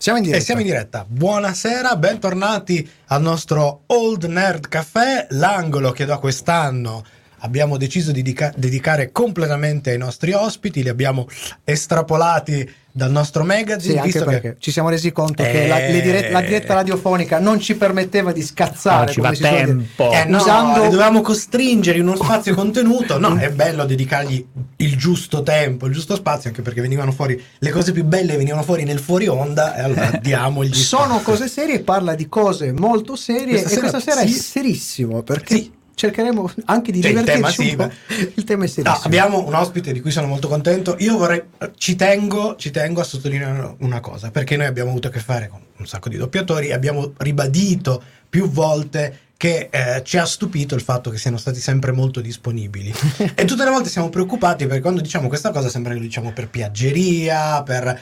Siamo in diretta. E siamo in diretta. Buonasera, bentornati al nostro Old Nerd Café, l'angolo che da quest'anno abbiamo deciso di dedicare completamente ai nostri ospiti. Li abbiamo estrapolati dal nostro magazine. Sì, anche perché ci siamo resi conto che la diretta radiofonica non ci permetteva di scazzare, come si suol dire. Li dovevamo costringere in uno spazio contenuto. No, è bello dedicargli il giusto tempo, il giusto spazio, anche perché venivano fuori le cose più belle, venivano fuori nel fuori onda, e allora diamogli. Sono cose serie, parla di cose molto serie, questa sera è serissimo, perché cercheremo anche di divertirci un po'. Il tema è serissimo. Abbiamo un ospite di cui sono molto contento. Io ci tengo a sottolineare una cosa, perché noi abbiamo avuto a che fare con un sacco di doppiatori e abbiamo ribadito più volte che ci ha stupito il fatto che siano stati sempre molto disponibili e tutte le volte siamo preoccupati, perché quando diciamo questa cosa sembra che lo diciamo per piaggeria,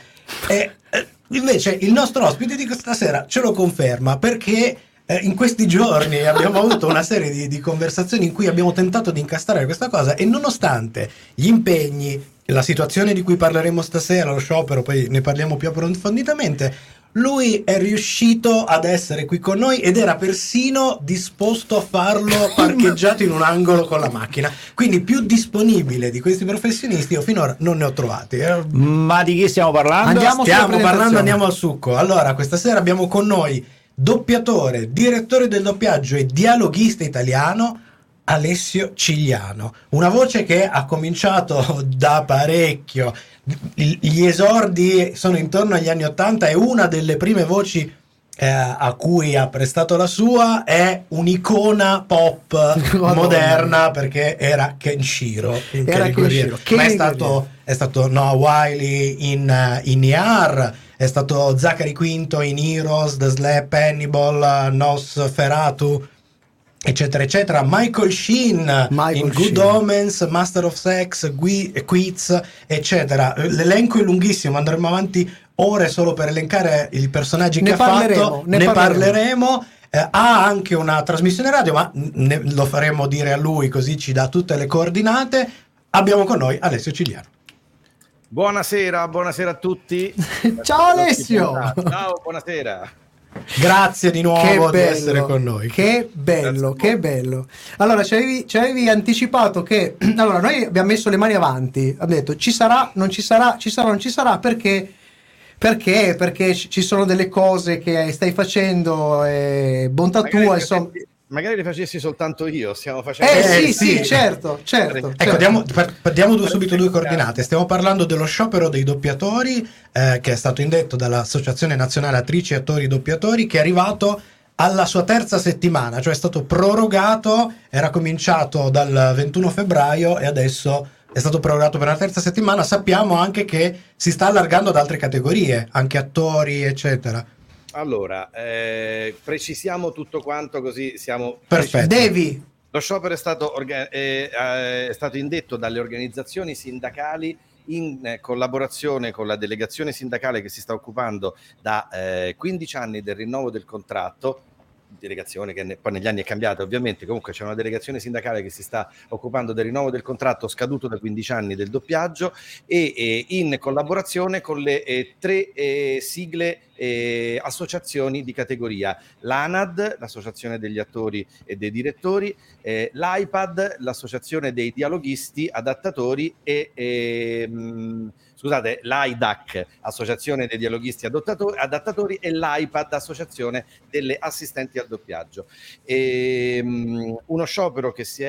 invece il nostro ospite di questa sera ce lo conferma, perché in questi giorni abbiamo avuto una serie di conversazioni in cui abbiamo tentato di incastrare questa cosa, e nonostante gli impegni, la situazione di cui parleremo stasera, lo sciopero, poi ne parliamo più approfonditamente, lui è riuscito ad essere qui con noi ed era persino disposto a farlo parcheggiato in un angolo con la macchina. Quindi più disponibile di questi professionisti io finora non ne ho trovati. Ma di chi stiamo parlando? Andiamo al succo. Allora, questa sera abbiamo con noi doppiatore, direttore del doppiaggio e dialoghista italiano Alessio Cigliano, una voce che ha cominciato da parecchio. Gli esordi sono intorno agli anni '80 e una delle prime voci a cui ha prestato la sua è un'icona pop moderna, perché era Kenshiro ma è stato Noah Wiley in ER, è stato Zachary Quinto in Heroes, The Slap, Hannibal, Nosferatu, eccetera eccetera. Michael Sheen in Good Omens, Master of Sex, Quiz, eccetera. L'elenco è lunghissimo, andremo avanti ore solo per elencare i personaggi che ha fatto. Ne parleremo. Ha anche una trasmissione radio, ma lo faremo dire a lui, così ci dà tutte le coordinate. Abbiamo con noi Alessio Cigliano. Buonasera a tutti. Ciao Alessio. Ciao, buonasera. Grazie di nuovo di essere con noi. Che bello. Allora, ci avevi anticipato che allora noi abbiamo messo le mani avanti, abbiamo detto ci sarà, non ci sarà, perché ci sono delle cose che stai facendo, bontà tua, insomma. Magari le facessi soltanto io, stiamo facendo... Sì, certo. Ecco, diamo subito due coordinate. Stiamo parlando dello sciopero dei doppiatori, che è stato indetto dall'Associazione Nazionale Attrici, Attori, Doppiatori, che è arrivato alla sua terza settimana, cioè è stato prorogato, era cominciato dal 21 febbraio e adesso è stato prorogato per una terza settimana. Sappiamo anche che si sta allargando ad altre categorie, anche attori, eccetera. Allora, precisiamo tutto quanto, così siamo... Perfetto. Lo sciopero è stato indetto dalle organizzazioni sindacali in collaborazione con la delegazione sindacale che si sta occupando da 15 anni del rinnovo del contratto. Delegazione che poi negli anni è cambiata, ovviamente. Comunque c'è una delegazione sindacale che si sta occupando del rinnovo del contratto scaduto da 15 anni del doppiaggio, e in collaborazione con le tre sigle associazioni di categoria: l'ANAD, l'associazione degli attori e dei direttori, l'IPAD, l'associazione dei dialoghisti adattatori, l'AIDAC, associazione dei dialoghisti adattatori, e l'IPAD, associazione delle assistenti al doppiaggio. Uno sciopero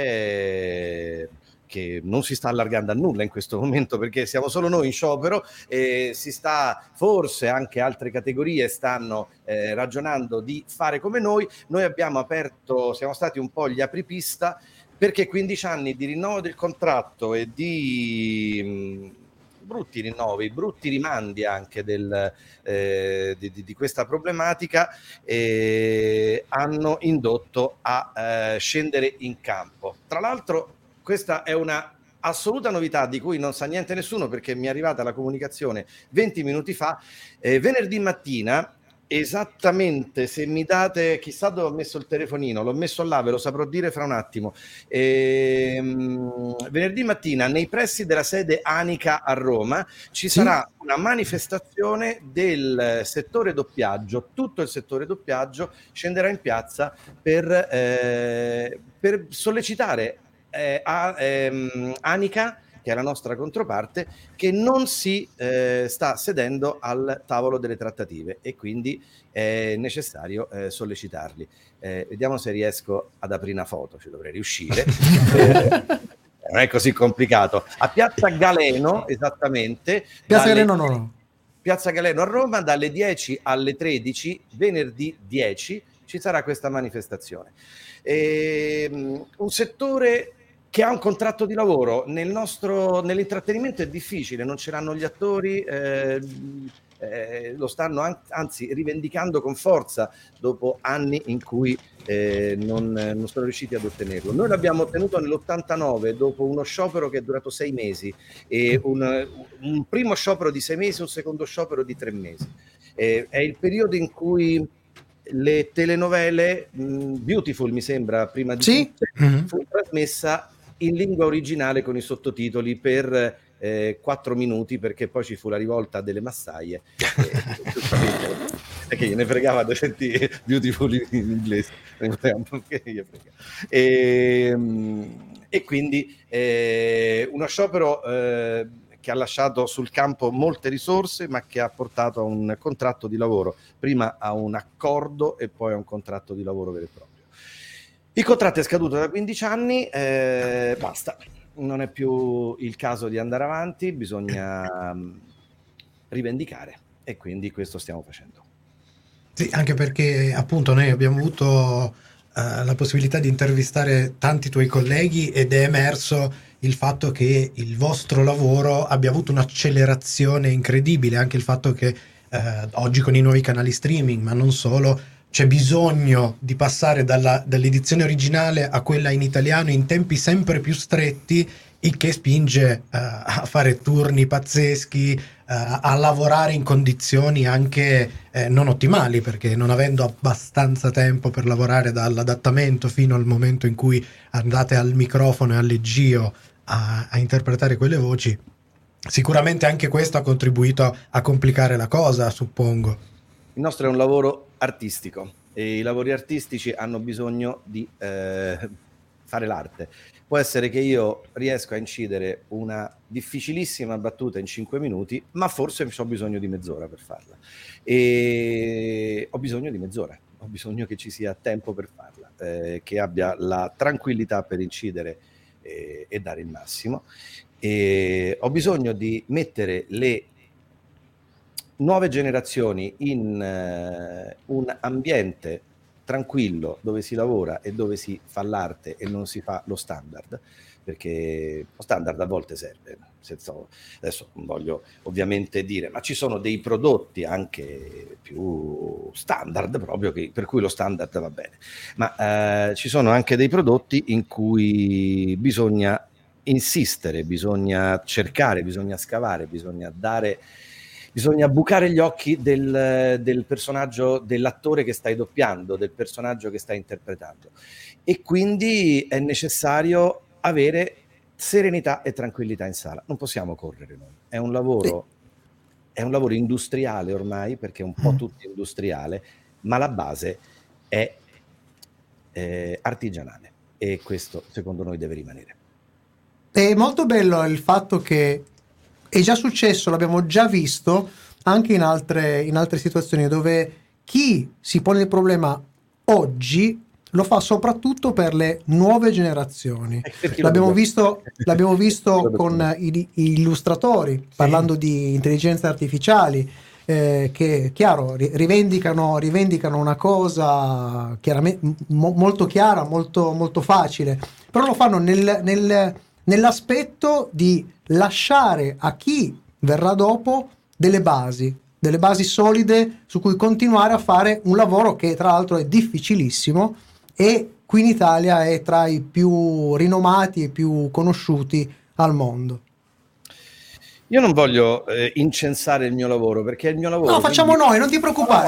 che non si sta allargando a nulla in questo momento, perché siamo solo noi in sciopero, e forse anche altre categorie stanno ragionando di fare come noi. Noi abbiamo aperto, siamo stati un po' gli apripista, perché 15 anni di rinnovo del contratto e di brutti rinnovi, brutti rimandi anche di questa problematica hanno indotto a scendere in campo. Tra l'altro questa è una assoluta novità di cui non sa niente nessuno, perché mi è arrivata la comunicazione 20 minuti fa. Venerdì mattina Esattamente, se mi date, chissà dove ho messo il telefonino, l'ho messo là, ve lo saprò dire fra un attimo. Venerdì mattina nei pressi della sede Anica a Roma ci sarà una manifestazione del settore doppiaggio. Tutto il settore doppiaggio scenderà in piazza per sollecitare Anica, che è la nostra controparte, che non si sta sedendo al tavolo delle trattative, e quindi è necessario sollecitarli. Vediamo se riesco ad aprire una foto, ci dovrei riuscire. Non è così complicato. A Piazza Galeno, esattamente. Piazza Galeno no. Piazza Galeno a Roma, dalle 10 alle 13, venerdì 10, ci sarà questa manifestazione. Un settore che ha un contratto di lavoro nell'intrattenimento è difficile, non ce l'hanno gli attori, lo stanno anzi rivendicando con forza dopo anni in cui non sono riusciti ad ottenerlo. Noi l'abbiamo ottenuto nell'89 dopo uno sciopero che è durato 6 mesi, e un primo sciopero di 6 mesi, un secondo sciopero di 3 mesi. È il periodo in cui le telenovele, Beautiful mi sembra, prima di tutto, fu trasmessa in lingua originale con i sottotitoli per 4 minuti, perché poi ci fu la rivolta delle massaie, che gliene fregava di sentire Beautiful in inglese, e quindi uno sciopero che ha lasciato sul campo molte risorse, ma che ha portato a un contratto di lavoro, prima a un accordo e poi a un contratto di lavoro vero e proprio. Il contratto è scaduto da 15 anni, basta, non è più il caso di andare avanti, bisogna rivendicare, e quindi questo stiamo facendo. Sì, anche perché appunto noi abbiamo avuto la possibilità di intervistare tanti tuoi colleghi, ed è emerso il fatto che il vostro lavoro abbia avuto un'accelerazione incredibile, anche il fatto che oggi con i nuovi canali streaming, ma non solo, c'è bisogno di passare dall'edizione originale a quella in italiano in tempi sempre più stretti, il che spinge a fare turni pazzeschi, a lavorare in condizioni anche non ottimali, perché non avendo abbastanza tempo per lavorare dall'adattamento fino al momento in cui andate al microfono e al leggio a interpretare quelle voci, sicuramente anche questo ha contribuito a complicare la cosa, suppongo. Il nostro è un lavoro artistico, e i lavori artistici hanno bisogno di fare l'arte. Può essere che io riesco a incidere una difficilissima battuta in 5 minuti, ma forse ho bisogno di mezz'ora per farla. E ho bisogno di mezz'ora, ho bisogno che ci sia tempo per farla, che abbia la tranquillità per incidere e dare il massimo. E ho bisogno di mettere le nuove generazioni in un ambiente tranquillo dove si lavora e dove si fa l'arte e non si fa lo standard, perché lo standard a volte serve. Adesso non voglio ovviamente dire, ma ci sono dei prodotti anche più standard, proprio per cui lo standard va bene, ma ci sono anche dei prodotti in cui bisogna insistere, bisogna cercare, bisogna scavare, bisogna bucare gli occhi del personaggio, dell'attore che stai doppiando, del personaggio che stai interpretando, e quindi è necessario avere serenità e tranquillità in sala. Non possiamo correre noi. È un lavoro industriale ormai, perché è un po' tutto industriale, ma la base è artigianale, e questo secondo noi deve rimanere. È molto bello il fatto che è già successo, l'abbiamo già visto anche in altre situazioni, dove chi si pone il problema oggi lo fa soprattutto per le nuove generazioni. L'abbiamo visto con gli illustratori, parlando di intelligenze artificiali, che chiaro rivendicano una cosa chiaramente molto chiara, molto, molto facile, però lo fanno nell'aspetto di lasciare a chi verrà dopo delle basi solide su cui continuare a fare un lavoro che tra l'altro è difficilissimo, e qui in Italia è tra i più rinomati e più conosciuti al mondo. Io non voglio incensare il mio lavoro, perché è il mio lavoro. No, facciamo noi, non ti preoccupare.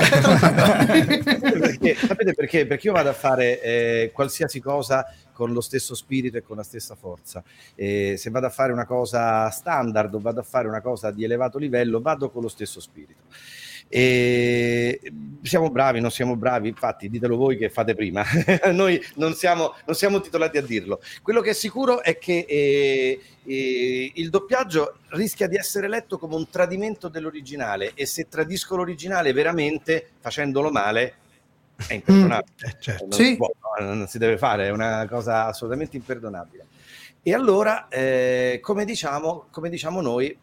Sapete perché? Perché io vado a fare qualsiasi cosa con lo stesso spirito e con la stessa forza. Se vado a fare una cosa standard o vado a fare una cosa di elevato livello, vado con lo stesso spirito. E siamo bravi, non siamo bravi, infatti ditelo voi che fate prima. Noi non siamo titolati a dirlo. Quello che è sicuro è che il doppiaggio rischia di essere letto come un tradimento dell'originale, e se tradisco l'originale veramente facendolo male è imperdonabile. Certo. Non si deve fare, è una cosa assolutamente imperdonabile. E allora come diciamo noi,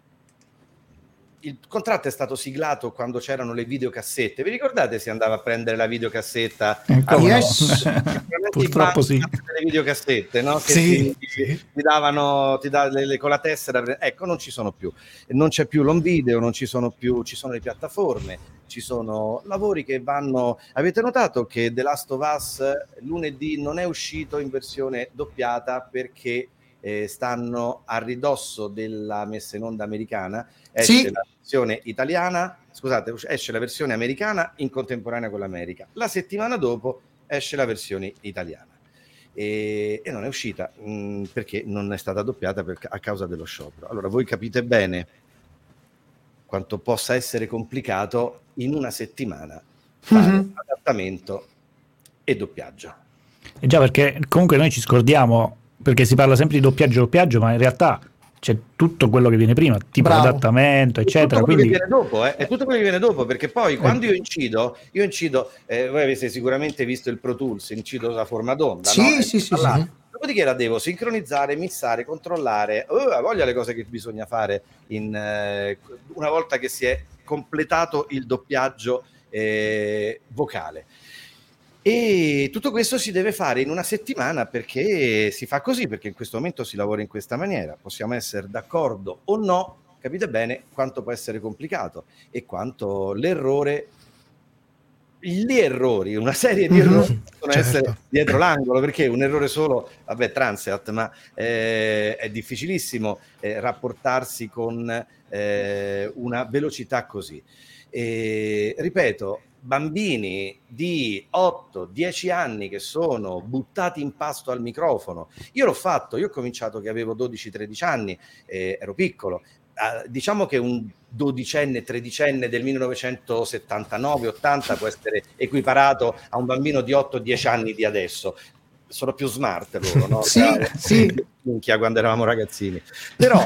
il contratto è stato siglato quando c'erano le videocassette. Vi ricordate? Si andava a prendere la videocassetta? Yes. Purtroppo sì. Le videocassette, no? Che Sì, ti davano con la tessera. Ecco, non ci sono più. Non c'è più l'home video, non ci sono più. Ci sono le piattaforme, ci sono lavori che vanno. Avete notato che The Last of Us lunedì non è uscito in versione doppiata perché stanno a ridosso della messa in onda americana. Esce la versione italiana, scusate, esce la versione americana in contemporanea con l'America. La settimana dopo esce la versione italiana e non è uscita perché non è stata doppiata a causa dello sciopero. Allora voi capite bene quanto possa essere complicato in una settimana fare adattamento e doppiaggio. E già, perché comunque noi ci scordiamo, perché si parla sempre di doppiaggio, ma in realtà c'è tutto quello che viene prima, tipo l'adattamento, eccetera. Tutto quello quindi che viene dopo, è tutto quello che viene dopo, perché poi quando io incido, voi avete sicuramente visto il Pro Tools, incido la forma d'onda, sì, no? sì. Dopodiché la devo sincronizzare, missare, controllare, voglia le cose che bisogna fare una volta che si è completato il doppiaggio vocale. E tutto questo si deve fare in una settimana, perché si fa così, perché in questo momento si lavora in questa maniera. Possiamo essere d'accordo o no, capite bene quanto può essere complicato e quanto gli errori, una serie di errori possono essere dietro l'angolo, perché un errore solo, vabbè, transeat, ma è difficilissimo rapportarsi con una velocità così. Ripeto, bambini di 8-10 anni che sono buttati in pasto al microfono. Io l'ho fatto, io ho cominciato che avevo 12-13 anni, ero piccolo. Diciamo che un 12enne, 13enne del 1979-80 può essere equiparato a un bambino di 8-10 anni di adesso. Sono più smart loro, no? Sì. Minchia, quando eravamo ragazzini. Però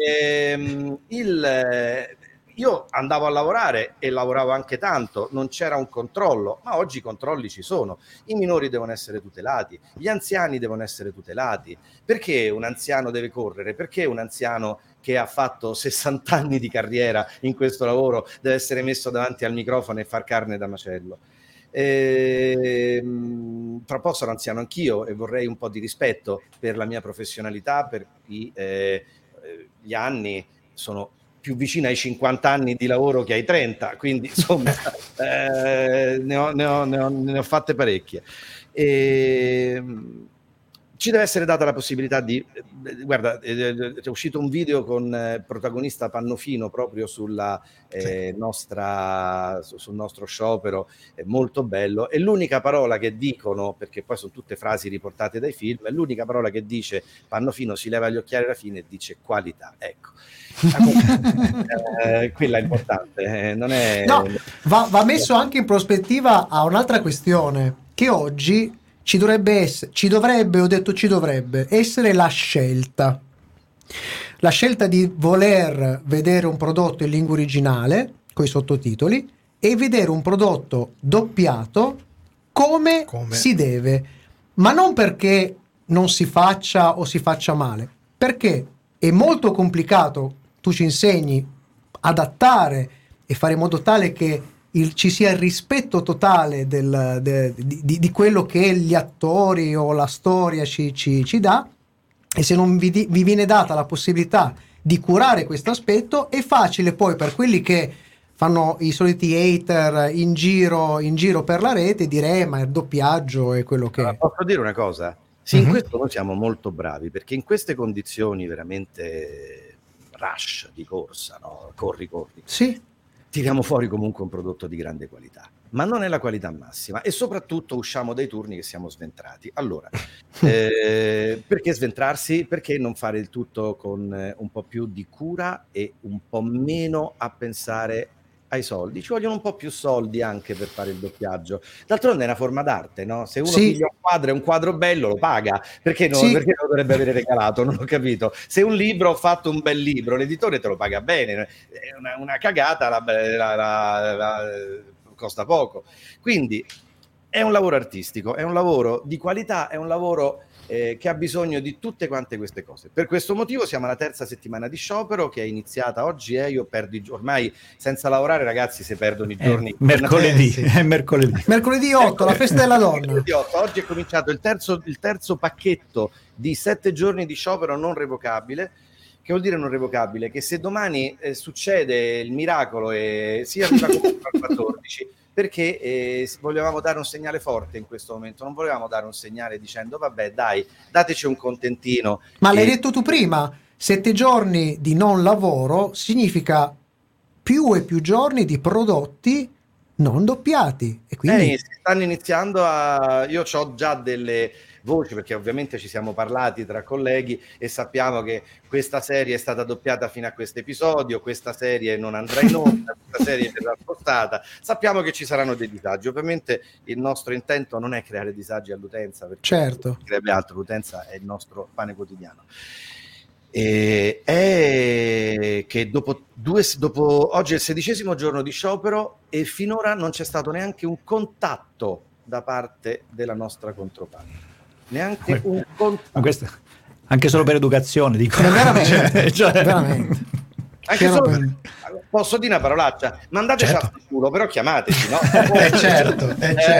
io andavo a lavorare e lavoravo anche tanto, non c'era un controllo, ma oggi i controlli ci sono. I minori devono essere tutelati, gli anziani devono essere tutelati. Perché un anziano deve correre? Perché un anziano che ha fatto 60 anni di carriera in questo lavoro deve essere messo davanti al microfono e far carne da macello? Tra poco sono anziano anch'io e vorrei un po' di rispetto per la mia professionalità, per gli anni. Sono più vicina ai 50 anni di lavoro che ai 30, quindi insomma ne ho fatte parecchie. Ci deve essere data la possibilità di... Guarda, è uscito un video con protagonista Pannofino proprio sul nostro sciopero, è molto bello, e l'unica parola che dicono, perché poi sono tutte frasi riportate dai film, è l'unica parola che dice Pannofino, si leva gli occhiali alla fine e dice qualità, ecco. Quella è importante, non è... No, va messo anche in prospettiva a un'altra questione, che oggi ci dovrebbe essere la scelta di voler vedere un prodotto in lingua originale con i sottotitoli e vedere un prodotto doppiato come si deve, ma non perché non si faccia o si faccia male, perché è molto complicato. Tu ci insegni adattare e fare in modo tale che ci sia il rispetto totale di quello che gli attori o la storia ci dà, e se non vi viene data la possibilità di curare questo aspetto, è facile poi per quelli che fanno i soliti hater in giro per la rete dire ma il doppiaggio è quello che è. Posso dire una cosa? Sì, in questo noi siamo molto bravi, perché in queste condizioni veramente rush di corsa, no? Corri. Sì. Tiriamo fuori comunque un prodotto di grande qualità, ma non è la qualità massima, e soprattutto usciamo dai turni che siamo sventrati. Allora, perché sventrarsi? Perché non fare il tutto con un po' più di cura e un po' meno a pensare ai soldi? Ci vogliono un po' più soldi anche per fare il doppiaggio. D'altronde è una forma d'arte, no? Se uno piglia un quadro e un quadro bello lo paga, perché perché lo dovrebbe avere regalato? Non ho capito. Se un libro, ho fatto un bel libro, l'editore te lo paga bene, è una cagata, costa poco. Quindi è un lavoro artistico, è un lavoro di qualità, è un lavoro che ha bisogno di tutte quante queste cose. Per questo motivo siamo alla terza settimana di sciopero, che è iniziata oggi. Io perdo ormai senza lavorare, ragazzi, se perdono i giorni. Mercoledì, è mercoledì. Mercoledì 8, la festa della donna. Oggi è cominciato il terzo pacchetto di 7 giorni di sciopero non revocabile. Che vuol dire non revocabile? Che se domani succede il miracolo e si arriva al 14, perché volevamo dare un segnale forte in questo momento, non volevamo dare un segnale dicendo vabbè dai, dateci un contentino. Ma l'hai detto tu prima, 7 giorni di non lavoro significa più e più giorni di prodotti non doppiati, e quindi si stanno iniziando io ho già delle voci, perché ovviamente ci siamo parlati tra colleghi e sappiamo che questa serie è stata doppiata fino a questo episodio, questa serie non andrà in onda, questa serie verrà spostata. Sappiamo che ci saranno dei disagi. Ovviamente il nostro intento non è creare disagi all'utenza, perché certo, altro, l'utenza è il nostro pane quotidiano. È che dopo oggi è il 16° giorno di sciopero e finora non c'è stato neanche un contatto da parte della nostra controparte. Neanche un contatto. Anche solo per educazione, dico. Veramente, veramente. Anche solo posso dire una parolaccia? Mandateci a culo, però chiamateci, no? certo.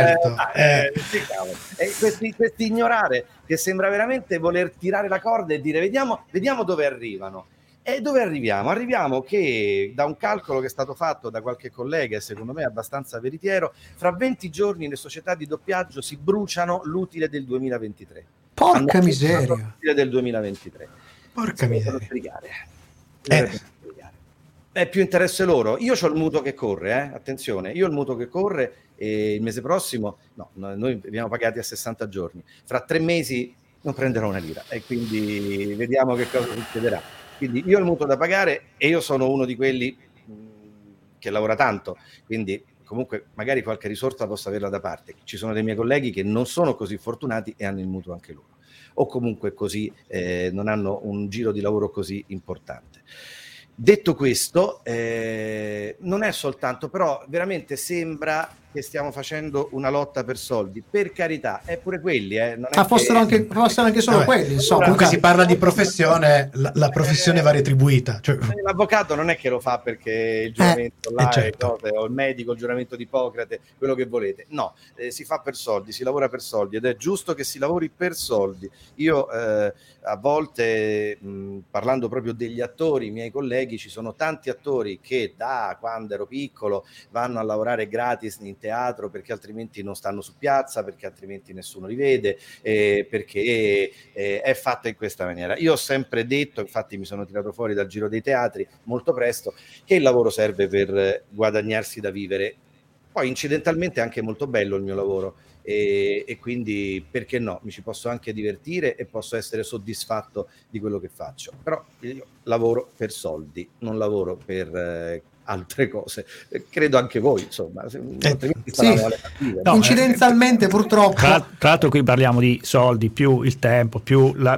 Questi ignorare, che sembra veramente voler tirare la corda e dire vediamo dove arrivano. E dove arriviamo? Arriviamo che, da un calcolo che è stato fatto da qualche collega, e secondo me abbastanza veritiero, fra 20 giorni le società di doppiaggio si bruciano l'utile del 2023. Porca miseria. L'utile del 2023. Porca miseria. È più interesse loro. Io ho il mutuo che corre, attenzione, io ho il mutuo che corre, e il mese prossimo, noi abbiamo pagati a 60 giorni. Fra 3 mesi non prenderò una lira, e quindi vediamo che cosa succederà. Quindi io ho il mutuo da pagare, e io sono uno di quelli che lavora tanto, quindi comunque magari qualche risorsa posso averla da parte. Ci sono dei miei colleghi che non sono così fortunati e hanno il mutuo anche loro, o comunque così non hanno un giro di lavoro così importante. Detto questo, non è soltanto, però veramente sembra che stiamo facendo una lotta per soldi, per carità, è pure quelli, non è fossero anche solo quelli, insomma. Comunque si parla di professione, la professione va retribuita. Cioè... L'avvocato non è che lo fa perché il giuramento certo. O il medico, il giuramento di Ippocrate, quello che volete. No, si fa per soldi, si lavora per soldi, ed è giusto che si lavori per soldi. Io a volte, parlando proprio degli attori, i miei colleghi, ci sono tanti attori che da quando ero piccolo vanno a lavorare gratis in teatro perché altrimenti non stanno su piazza, perché altrimenti nessuno li vede, perché è fatta in questa maniera. Io ho sempre detto, infatti mi sono tirato fuori dal giro dei teatri molto presto, che il lavoro serve per guadagnarsi da vivere. Poi incidentalmente è anche molto bello il mio lavoro, e quindi perché no, mi ci posso anche divertire e posso essere soddisfatto di quello che faccio, però io lavoro per soldi, non lavoro per altre cose, credo anche voi, insomma, incidentalmente purtroppo. Tra l'altro qui parliamo di soldi più il tempo più la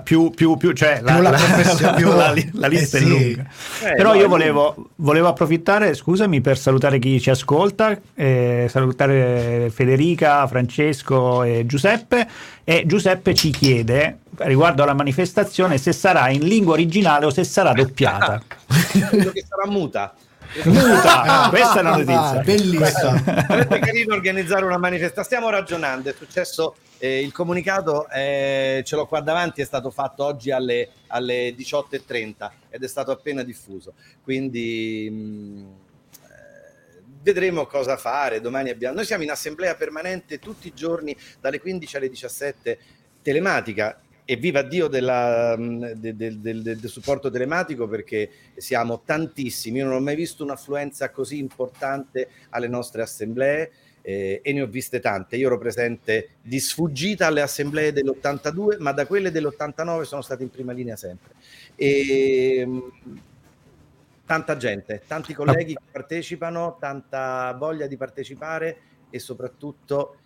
lista è lunga. Però io volevo approfittare, scusami, per salutare chi ci ascolta, salutare Federica, Francesco e Giuseppe. E Giuseppe ci chiede riguardo alla manifestazione se sarà in lingua originale o se sarà doppiata. Credo che sarà muta. Questa è una notizia bellissima. Sarebbe carino organizzare una manifestazione. Stiamo ragionando, è successo il comunicato, ce l'ho qua davanti, è stato fatto oggi alle 18:30 ed è stato appena diffuso, quindi vedremo cosa fare. Domani noi siamo in assemblea permanente tutti i giorni dalle 15 alle 17, telematica. e viva Dio del supporto telematico, perché siamo tantissimi. Io non ho mai visto un'affluenza così importante alle nostre assemblee, e ne ho viste tante. Io ero presente di sfuggita alle assemblee dell'82, ma da quelle dell'89 sono stato in prima linea sempre. E tanta gente, tanti colleghi che partecipano, tanta voglia di partecipare e soprattutto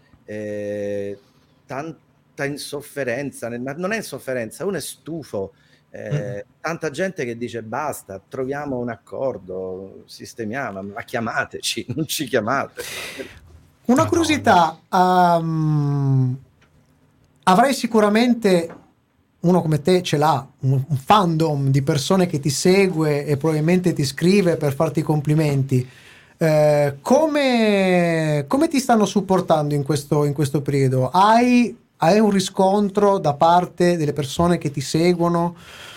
tanta insofferenza. Non è insofferenza, uno è stufo. Tanta gente che dice basta, troviamo un accordo, sistemiamo, ma chiamateci, non ci chiamate. Una curiosità, avrai sicuramente, uno come te ce l'ha, un fandom di persone che ti segue e probabilmente ti scrive per farti complimenti. Come ti stanno supportando in questo periodo? Hai un riscontro da parte delle persone che ti seguono?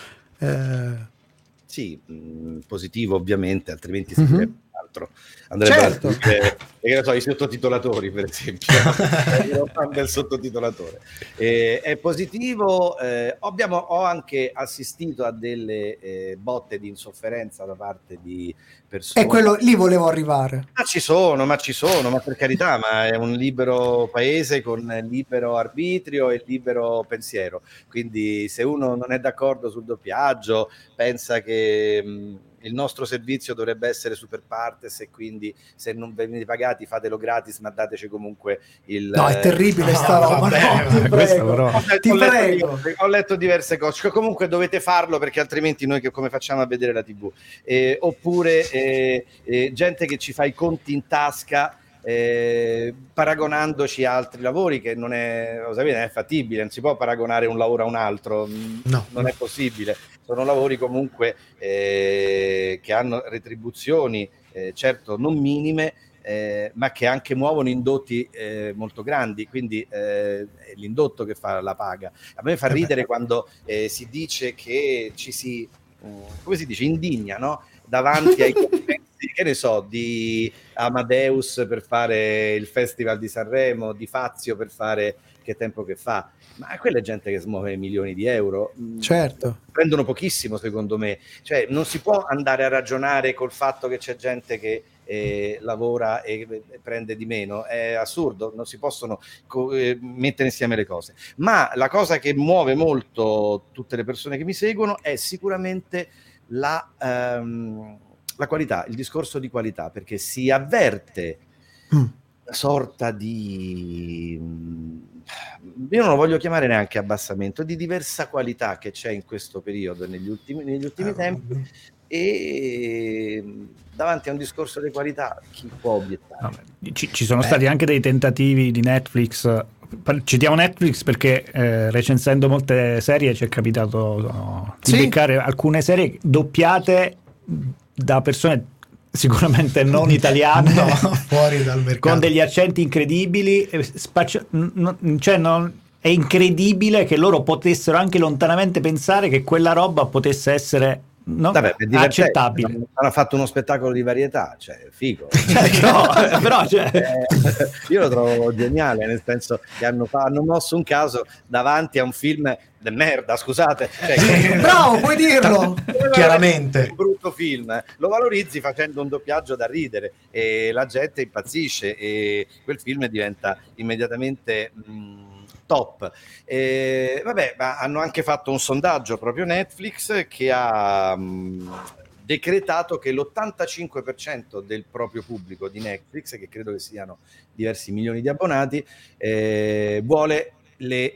Sì, positivo ovviamente, altrimenti sarebbe altro. Andrebbe certo. a dire, che so, i sottotitolatori, per esempio. Ero fan del sottotitolatore. È positivo. Ho anche assistito a delle botte di insofferenza da parte di persone. E quello lì volevo arrivare. Ma ci sono, ma per carità, ma è un libero paese con libero arbitrio e libero pensiero. Quindi se uno non è d'accordo sul doppiaggio, pensa che il nostro servizio dovrebbe essere super partes e quindi se non venite pagati fatelo gratis, ma dateci comunque il... No, è terribile sta roba. Ti prego. Ho letto diverse cose. Comunque dovete farlo, perché altrimenti noi come facciamo a vedere la TV? Oppure gente che ci fa i conti in tasca, paragonandoci a altri lavori, che non è, lo sapete, non è fattibile, non si può paragonare un lavoro a un altro, no. Non è possibile. Sono lavori comunque che hanno retribuzioni certo non minime, ma che anche muovono indotti molto grandi, quindi è l'indotto che fa la paga. A me fa ridere quando si dice che ci si, come si dice, indigna, no? Davanti ai che ne so, di Amadeus per fare il Festival di Sanremo, di Fazio per fare Che tempo che fa. Ma quella è gente che smuove milioni di euro. Certo. Prendono pochissimo, secondo me. Cioè, non si può andare a ragionare col fatto che c'è gente che lavora e prende di meno. È assurdo, non si possono mettere insieme le cose. Ma la cosa che muove molto tutte le persone che mi seguono è sicuramente la qualità, il discorso di qualità, perché si avverte una sorta di... io non lo voglio chiamare neanche abbassamento, di diversa qualità che c'è in questo periodo, negli ultimi tempi, e davanti a un discorso di qualità chi può obiettare? Ci sono stati anche dei tentativi di Netflix. Citiamo Netflix perché recensendo molte serie ci è capitato di beccare alcune serie doppiate da persone sicuramente non italiane, no, fuori dal mercato, con degli accenti incredibili, è incredibile che loro potessero anche lontanamente pensare che quella roba potesse essere accettabile. Hanno fatto uno spettacolo di varietà, cioè figo. Però io lo trovo geniale, nel senso che hanno mosso un caso davanti a un film de merda, scusate. Bravo, puoi dirlo. Chiaramente. Un brutto film, lo valorizzi facendo un doppiaggio da ridere e la gente impazzisce e quel film diventa immediatamente top. Vabbè, ma hanno anche fatto un sondaggio proprio Netflix che ha decretato che l'85% del proprio pubblico di Netflix, che credo che siano diversi milioni di abbonati, vuole le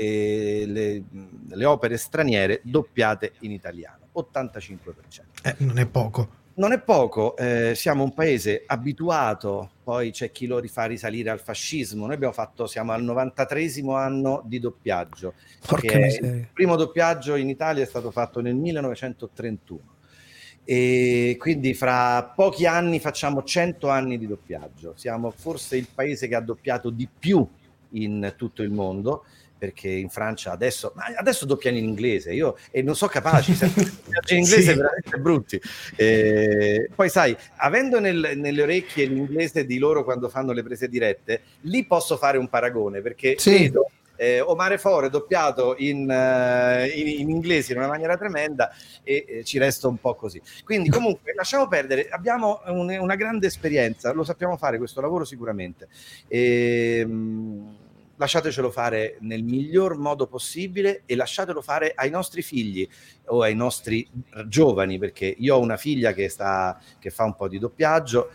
opere straniere doppiate in italiano. 85%. Non è poco. Non è poco, siamo un paese abituato, poi c'è chi lo rifà risalire al fascismo. Noi siamo al 93esimo anno di doppiaggio. Il primo doppiaggio in Italia è stato fatto nel 1931 e quindi fra pochi anni facciamo 100 anni di doppiaggio. Siamo forse il paese che ha doppiato di più in tutto il mondo, perché in Francia adesso doppiano in inglese, io non so capaci, in inglese veramente brutti. Poi sai, avendo nelle orecchie l'inglese di loro quando fanno le prese dirette, lì posso fare un paragone, perché vedo Omare Fore doppiato in inglese in una maniera tremenda, e ci resta un po' così. Quindi comunque lasciamo perdere, abbiamo una grande esperienza, lo sappiamo fare questo lavoro sicuramente. Lasciatecelo fare nel miglior modo possibile e lasciatelo fare ai nostri figli o ai nostri giovani, perché io ho una figlia che fa un po' di doppiaggio,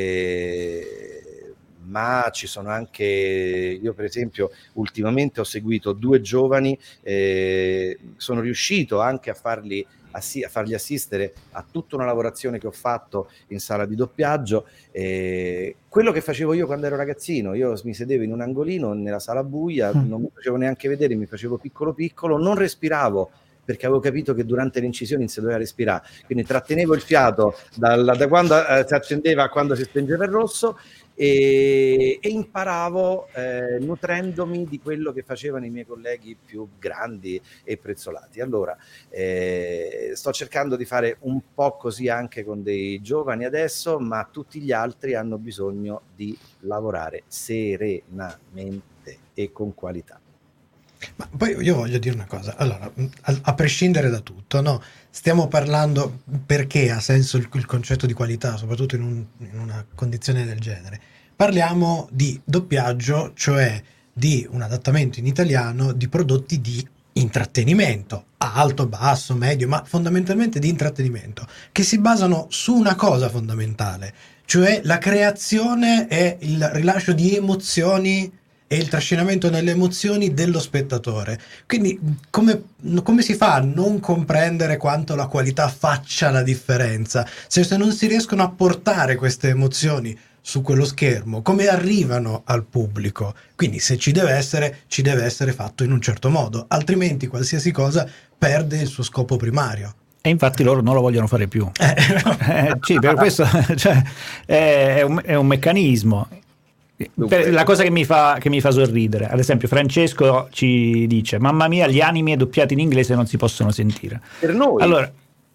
ma ci sono anche, io per esempio ultimamente ho seguito 2 giovani, sono riuscito anche a fargli assistere a tutta una lavorazione che ho fatto in sala di doppiaggio, quello che facevo io quando ero ragazzino. Io mi sedevo in un angolino nella sala buia, non mi facevo neanche vedere, mi facevo piccolo piccolo, non respiravo, perché avevo capito che durante le incisioni si doveva respirare, quindi trattenevo il fiato da quando si accendeva a quando si spengeva il rosso, e imparavo nutrendomi di quello che facevano i miei colleghi più grandi e prezzolati. Allora sto cercando di fare un po' così anche con dei giovani adesso, ma tutti gli altri hanno bisogno di lavorare serenamente e con qualità. Ma poi io voglio dire una cosa, allora, a prescindere da tutto, no? Stiamo parlando, perché ha senso il concetto di qualità, soprattutto in una condizione del genere. Parliamo di doppiaggio, cioè di un adattamento in italiano di prodotti di intrattenimento, alto, basso, medio, ma fondamentalmente di intrattenimento, che si basano su una cosa fondamentale, cioè la creazione e il rilascio di emozioni e il trascinamento nelle emozioni dello spettatore. Quindi come si fa a non comprendere quanto la qualità faccia la differenza? Se non si riescono a portare queste emozioni su quello schermo, come arrivano al pubblico? Quindi se ci deve essere fatto in un certo modo, altrimenti qualsiasi cosa perde il suo scopo primario. E infatti loro non lo vogliono fare più. Sì, per questo cioè, è un meccanismo. La cosa che mi fa sorridere, ad esempio Francesco ci dice: mamma mia, gli anime doppiati in inglese non si possono sentire. Per noi, allora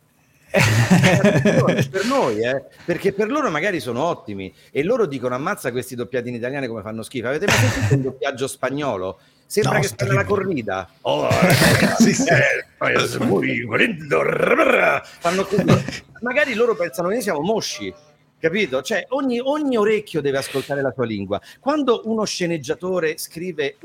per noi, perché per loro magari sono ottimi e loro dicono: ammazza questi doppiati in italiano come fanno schifo. Avete mai sentito un doppiaggio spagnolo? Sembra che sta nella corrida. Oh, fanno così. Magari loro pensano che noi siamo mosci. Capito? Cioè ogni orecchio deve ascoltare la tua lingua. Quando uno sceneggiatore scrive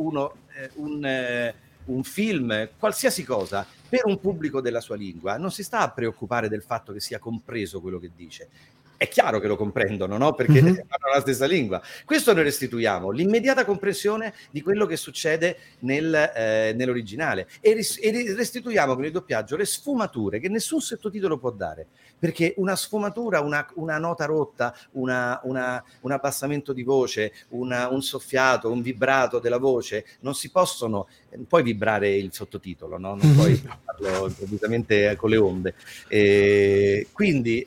un film, qualsiasi cosa, per un pubblico della sua lingua, non si sta a preoccupare del fatto che sia compreso quello che dice. È chiaro che lo comprendono, no? Perché parlano la stessa lingua. Questo noi restituiamo, l'immediata comprensione di quello che succede nell'originale, e restituiamo con il doppiaggio le sfumature che nessun sottotitolo può dare, perché una sfumatura, una nota rotta, un abbassamento di voce, un soffiato, un vibrato della voce, non puoi vibrare il sottotitolo, no? Non puoi farlo improvvisamente con le onde. Quindi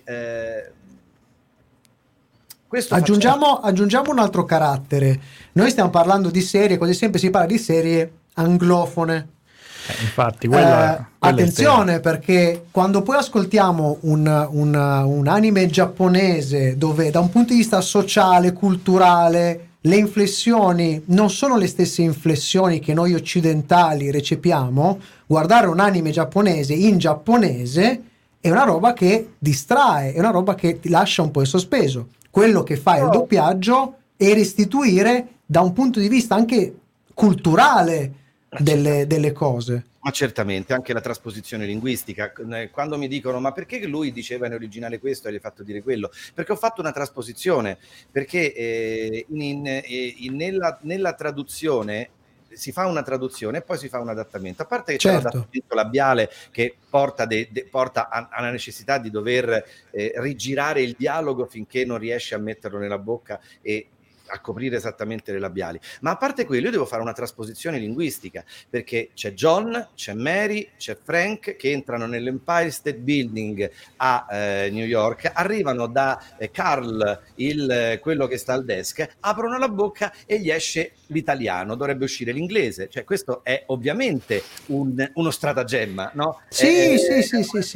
aggiungiamo un altro carattere. Noi stiamo parlando di serie, quasi sempre si parla di serie anglofone. Infatti, attenzione, perché quando poi ascoltiamo un anime giapponese dove da un punto di vista sociale, culturale, le inflessioni non sono le stesse inflessioni che noi occidentali recepiamo, guardare un anime giapponese in giapponese è una roba che distrae, è una roba che ti lascia un po' in sospeso. Quello che fa il doppiaggio è restituire da un punto di vista anche culturale delle cose. Ma certamente, anche la trasposizione linguistica. Quando mi dicono: ma perché lui diceva in originale questo e gli hai fatto dire quello? Perché ho fatto una trasposizione, perché nella traduzione si fa una traduzione e poi si fa un adattamento. A parte che c'è l'adattamento labiale che porta alla necessità di dover rigirare il dialogo finché non riesce a metterlo nella bocca e a coprire esattamente le labiali, ma a parte quello io devo fare una trasposizione linguistica, perché c'è John, c'è Mary, c'è Frank che entrano nell'Empire State Building a New York, arrivano da Carl, quello che sta al desk, aprono la bocca e gli esce l'italiano, dovrebbe uscire l'inglese. Cioè questo è ovviamente uno stratagemma, no? Sì.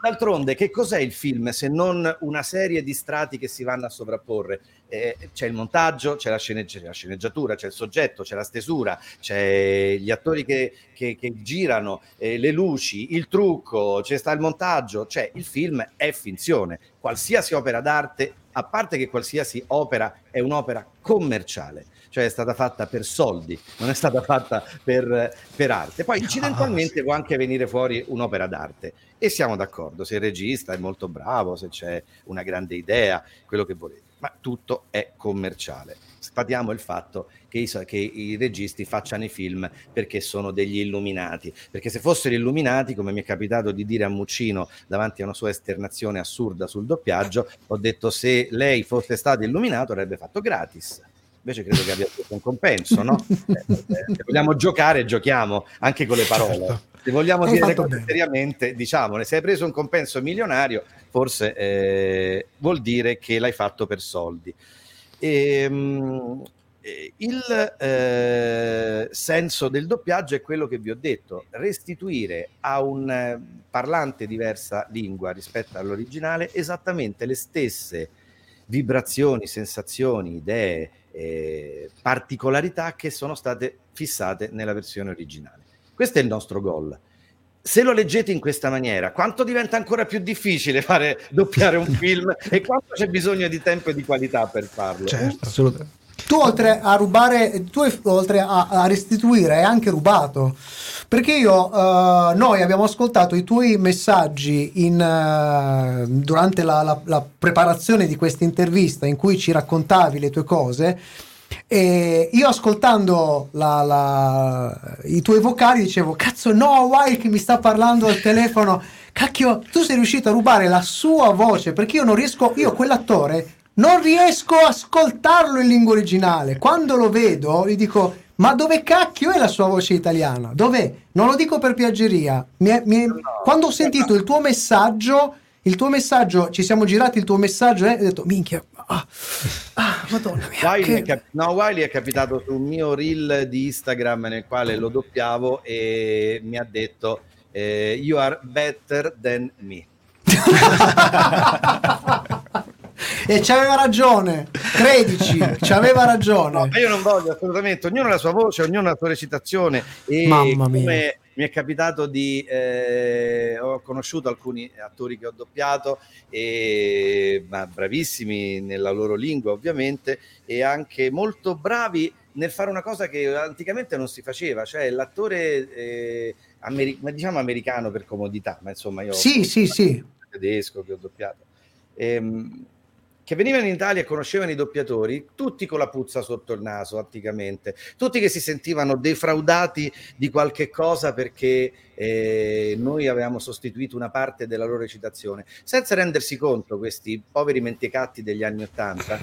d'altronde che cos'è il film se non una serie di strati che si vanno a sovrapporre? C'è il montaggio, c'è la sceneggiatura, c'è il soggetto, c'è la stesura, c'è gli attori che girano, le luci, il trucco, c'è sta il montaggio, cioè il film è finzione. Qualsiasi opera d'arte, a parte che qualsiasi opera è un'opera commerciale, cioè è stata fatta per soldi, non è stata fatta per arte. Poi incidentalmente può anche venire fuori un'opera d'arte e siamo d'accordo, se il regista è molto bravo, se c'è una grande idea, quello che volete, ma tutto è commerciale. Sfatiamo il fatto che i registi facciano i film perché sono degli illuminati, perché se fossero illuminati, come mi è capitato di dire a Muccino davanti a una sua esternazione assurda sul doppiaggio, ho detto se lei fosse stato illuminato avrebbe fatto gratis. Invece credo che abbia fatto un compenso, no? Se vogliamo giocare, giochiamo anche con le parole. Certo. Se vogliamo dire le cose bene. seriamente, diciamole, se hai preso un compenso milionario, forse vuol dire che l'hai fatto per soldi. Il senso del doppiaggio è quello che vi ho detto: restituire a un parlante diversa lingua rispetto all'originale esattamente le stesse vibrazioni, sensazioni, idee, particolarità che sono state fissate nella versione originale. Questo è il nostro goal. Se lo leggete in questa maniera, quanto diventa ancora più difficile doppiare un film e quanto c'è bisogno di tempo e di qualità per farlo? Certo, assolutamente. Tu oltre a rubare, oltre a restituire, hai anche rubato, perché noi abbiamo ascoltato i tuoi messaggi durante la preparazione di questa intervista in cui ci raccontavi le tue cose, e io ascoltando i tuoi vocali dicevo: cazzo, no, Wild che mi sta parlando al telefono, cacchio, tu sei riuscito a rubare la sua voce, perché io non riesco, io quell'attore non riesco a ascoltarlo in lingua originale. Quando lo vedo gli dico: ma dove cacchio è la sua voce italiana? Dov'è? Non lo dico per piaggeria. Quando ho sentito il tuo messaggio, ci siamo girati il tuo messaggio e ho detto: minchia, madonna mia. Wiley è capitato su un mio reel di Instagram nel quale lo doppiavo e mi ha detto you are better than me. E c'aveva ragione, credici, c'aveva ragione. No, io non voglio assolutamente, ognuno ha la sua voce, ognuno ha la sua recitazione, e mamma mia, come mi è capitato ho conosciuto alcuni attori che ho doppiato, ma bravissimi nella loro lingua ovviamente, e anche molto bravi nel fare una cosa che anticamente non si faceva, cioè l'attore diciamo americano per comodità, ma insomma io sì. tedesco che ho doppiato, che venivano in Italia e conoscevano i doppiatori, tutti con la puzza sotto il naso anticamente, tutti che si sentivano defraudati di qualche cosa perché noi avevamo sostituito una parte della loro recitazione, senza rendersi conto, questi poveri mentecatti degli anni '80,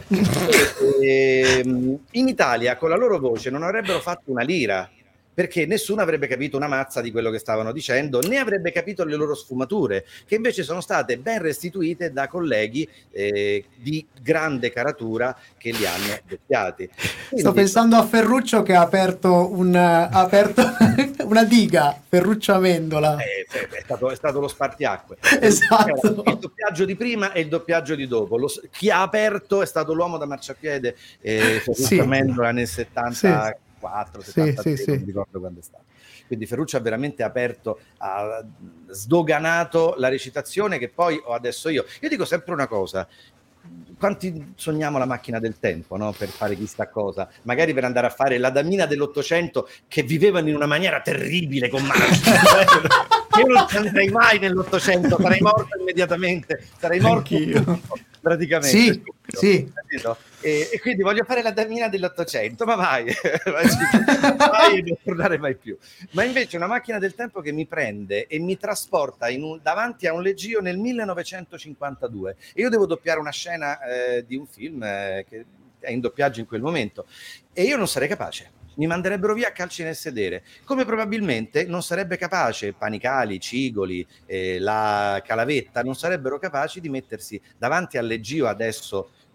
in Italia con la loro voce non avrebbero fatto una lira, perché nessuno avrebbe capito una mazza di quello che stavano dicendo, né avrebbe capito le loro sfumature, che invece sono state ben restituite da colleghi di grande caratura che li hanno doppiati. Sto pensando a Ferruccio che ha aperto una diga, Ferruccio Amendola. È stato lo spartiacque. Esatto. Il doppiaggio di prima e il doppiaggio di dopo. Chi ha aperto è stato l'uomo da marciapiede, Ferruccio Amendola nel 70. 73, sì. Non ricordo quando è stato. Quindi Ferruccio ha veramente aperto, ha sdoganato la recitazione che poi ho adesso io. Io dico sempre una cosa: quanti sogniamo la macchina del tempo, no? Per fare chissà cosa, magari per andare a fare la damina dell'Ottocento che vivevano in una maniera terribile con macchine. Io non ci andrei mai nell'Ottocento, sarei morto immediatamente, sarei morto praticamente. Sì. E quindi voglio fare la damina dell'Ottocento, ma vai e non tornare mai più. Ma invece una macchina del tempo che mi prende e mi trasporta davanti a un leggio nel 1952, e io devo doppiare una scena di un film che è in doppiaggio in quel momento, e io non sarei capace. Mi manderebbero via a calci nel sedere, come probabilmente non sarebbe capace Panicali, Cigoli, la Calavetta non sarebbero capaci di mettersi davanti al leggio adesso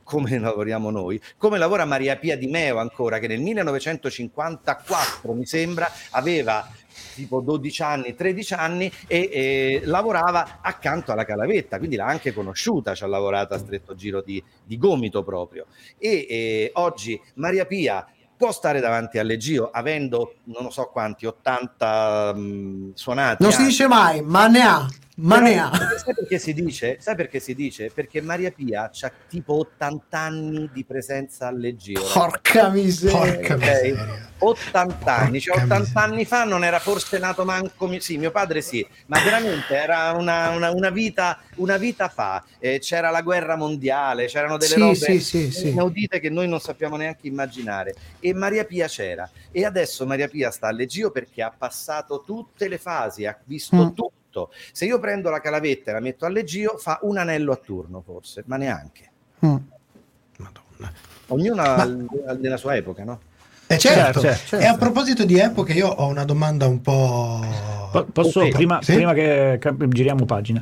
come lavoriamo noi, come lavora Maria Pia Di Meo ancora, che nel 1954 mi sembra aveva tipo 12 anni, 13 anni e lavorava accanto alla Calavetta, quindi l'ha anche conosciuta, ci ha lavorato a stretto giro di gomito proprio. E oggi Maria Pia può stare davanti al Leggio avendo non lo so quanti, 80 suonati. Non si dice mai, ma ne ha. Sai perché si dice? Sai perché si dice? Perché Maria Pia c'ha tipo 80 anni di presenza al Leggio. Porca miseria. 80 anni, cioè 80 anni fa non era forse nato manco sì, mio padre sì, ma veramente era una vita fa. C'era la guerra mondiale, c'erano delle robe inaudite che noi non sappiamo neanche immaginare. E Maria Pia c'era. E adesso Maria Pia sta al Leggio perché ha passato tutte le fasi, ha visto tutto. Se io prendo la Calavetta e la metto al Leggio, fa un anello a turno forse, ma neanche. Madonna. Ognuno nella sua epoca, no? Certo. E a proposito di epoche, io ho una domanda un po'... Posso, prima che giriamo pagina,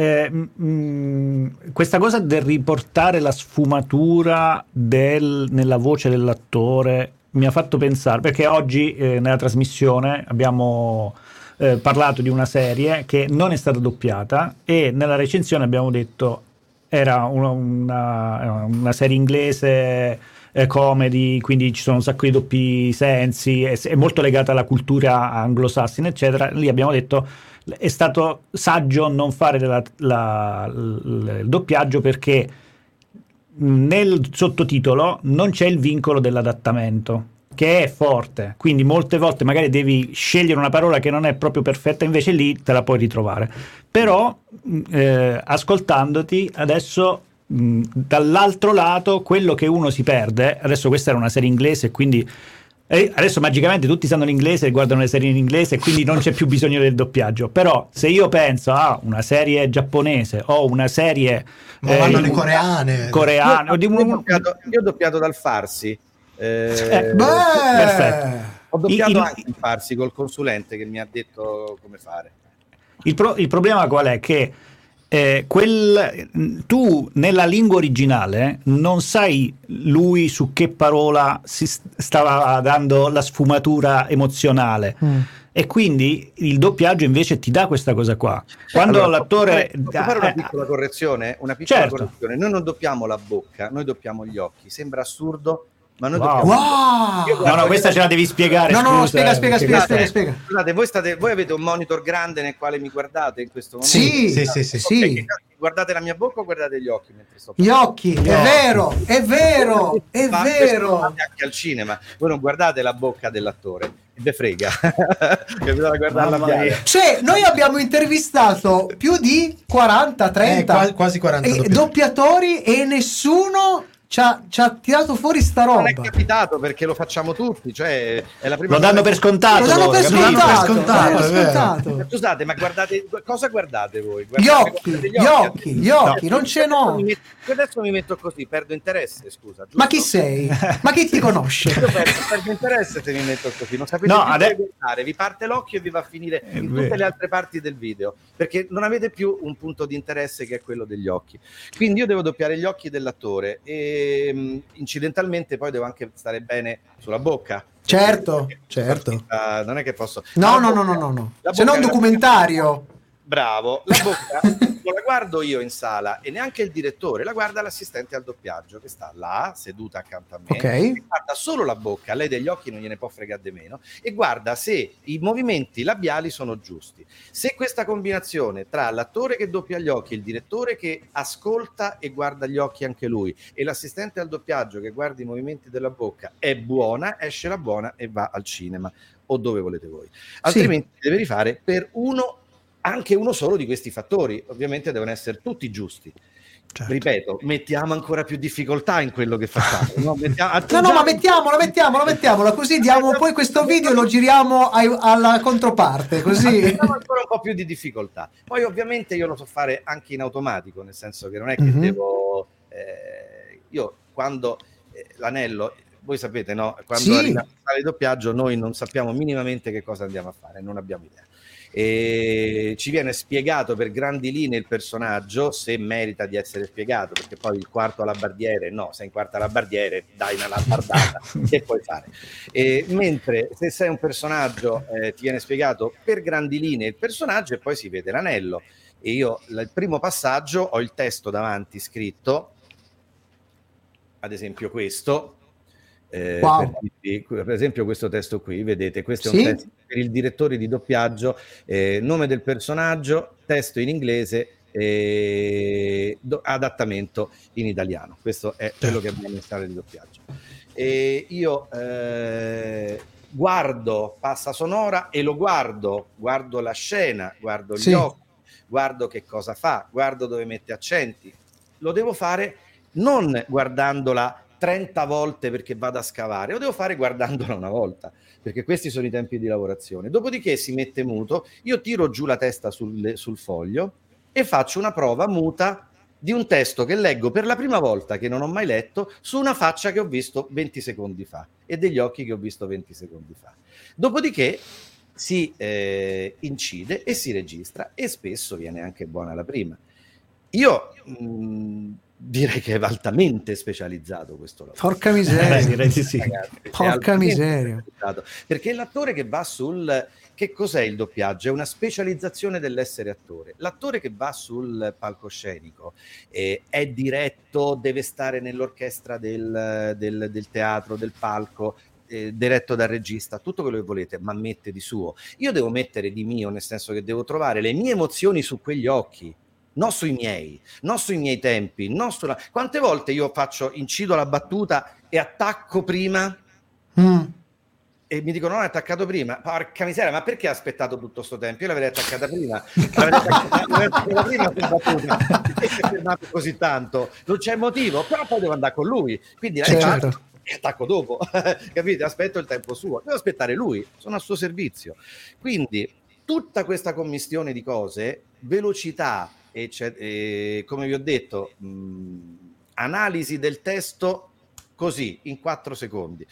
questa cosa del riportare la sfumatura nella voce dell'attore mi ha fatto pensare, perché oggi nella trasmissione abbiamo parlato di una serie che non è stata doppiata e nella recensione abbiamo detto era una serie inglese comedy, quindi ci sono un sacco di doppi sensi, è molto legata alla cultura anglosassone eccetera. Lì abbiamo detto è stato saggio non fare il doppiaggio perché nel sottotitolo non c'è il vincolo dell'adattamento, che è forte, quindi molte volte magari devi scegliere una parola che non è proprio perfetta, invece lì te la puoi ritrovare. Però ascoltandoti adesso dall'altro lato quello che uno si perde, adesso questa era una serie inglese quindi adesso magicamente tutti sanno l'inglese e guardano le serie in inglese e quindi non c'è più bisogno del doppiaggio, però se io penso a una serie giapponese o una serie vanno le coreane io ho doppiato dal Farsi. Perfetto. Ho doppiato anche il Farsi col consulente che mi ha detto come fare. Il problema qual è? Che tu nella lingua originale non sai lui su che parola si stava dando la sfumatura emozionale. E quindi il doppiaggio invece ti dà questa cosa qua. Quando l'attore posso fare una piccola correzione? Correzione. Noi non doppiamo la bocca, noi doppiamo gli occhi. Sembra assurdo, ma noi doppiamo. No, questa ce la devi spiegare. No, spiega. Scusate, voi avete un monitor grande nel quale mi guardate in questo momento? Sì. Guardate la mia bocca o guardate gli occhi mentre sto parlando? Gli occhi, è vero. Anche al cinema, voi non guardate la bocca dell'attore, ve frega. Bisogna guardarla. Cioè, noi abbiamo intervistato più di 40, 30 quasi 40 doppiatori e nessuno ci ha tirato fuori sta roba. Non è capitato perché lo facciamo tutti, cioè è la prima lo danno per scontato. Scusate, ma guardate, cosa guardate voi? Gli occhi, non c'è no. Adesso mi metto così, perdo interesse, scusa. Giusto? Ma chi sei? Ma chi ti conosce? Io perdo interesse se mi metto così, non sapete guardare, vi parte l'occhio e vi va a finire in tutte le altre parti del video, perché non avete più un punto di interesse che è quello degli occhi. Quindi io devo doppiare gli occhi dell'attore e incidentalmente poi devo anche stare bene sulla bocca. Certo. Non è che posso. No. Se non documentario. Bravo, la bocca non la guardo io in sala e neanche il direttore, la guarda l'assistente al doppiaggio che sta là seduta accanto a me, guarda solo la bocca, lei degli occhi non gliene può fregare di meno e guarda se i movimenti labiali sono giusti. Se questa combinazione tra l'attore che doppia gli occhi, il direttore che ascolta e guarda gli occhi anche lui e l'assistente al doppiaggio che guarda i movimenti della bocca è buona, esce la buona e va al cinema o dove volete voi, altrimenti deve rifare per anche uno solo di questi fattori, ovviamente devono essere tutti giusti. Certo. Ripeto, mettiamo ancora più difficoltà in quello che facciamo. Ma mettiamola così diamo poi questo video e lo giriamo alla controparte, così mettiamo ancora un po' più di difficoltà. Poi ovviamente io lo so fare anche in automatico, nel senso che non è che devo io quando l'anello, voi sapete, no? Quando arriva il doppiaggio noi non sappiamo minimamente che cosa andiamo a fare, non abbiamo idea. e ci viene spiegato per grandi linee il personaggio, se merita di essere spiegato, perché poi il quarto alabardiere, no, sei in quarto alabardiere, dai una labardata, che puoi fare? Mentre se sei un personaggio ti viene spiegato per grandi linee il personaggio e poi si vede l'anello. E io il primo passaggio ho il testo davanti scritto, ad esempio questo, Wow. per esempio questo testo qui, vedete, questo è un Sì? testo per il direttore di doppiaggio, nome del personaggio, testo in inglese, adattamento in italiano. Questo è quello che abbiamo in sala di doppiaggio. E io guardo Passa Sonora e lo guardo la scena, guardo gli Sì. occhi, guardo che cosa fa, guardo dove mette accenti. Lo devo fare non guardandola 30 volte perché vado a scavare, lo devo fare guardandola una volta, perché questi sono i tempi di lavorazione. Dopodiché si mette muto, io tiro giù la testa sul foglio e faccio una prova muta di un testo che leggo per la prima volta, che non ho mai letto, su una faccia che ho visto 20 secondi fa e degli occhi che ho visto 20 secondi fa. Dopodiché si incide e si registra e spesso viene anche buona la prima. Io direi che è altamente specializzato questo lavoro. Porca miseria. Direi di sì. Ragazzi, Porca miseria. perché l'attore che va sul... Che cos'è il doppiaggio? È una specializzazione dell'essere attore. L'attore che va sul palcoscenico è diretto, deve stare nell'orchestra del teatro, del palco, diretto dal regista, tutto quello che volete, ma mette di suo. Io devo mettere di mio, nel senso che devo trovare le mie emozioni su quegli occhi, non sui miei tempi, non sulla... Quante volte io incido la battuta e attacco prima e mi dicono no, è attaccato prima. Porca miseria, ma perché ha aspettato tutto sto tempo? Io l'avrei attaccata prima. L'avrei attaccata prima battuta. Perché si è fermato così tanto? Non c'è motivo, però poi devo andare con lui. Quindi Certo. e attacco dopo. Capite? Aspetto il tempo suo. Devo aspettare lui, sono al suo servizio. Quindi tutta questa commistione di cose, velocità e come vi ho detto, analisi del testo così in 4 secondi.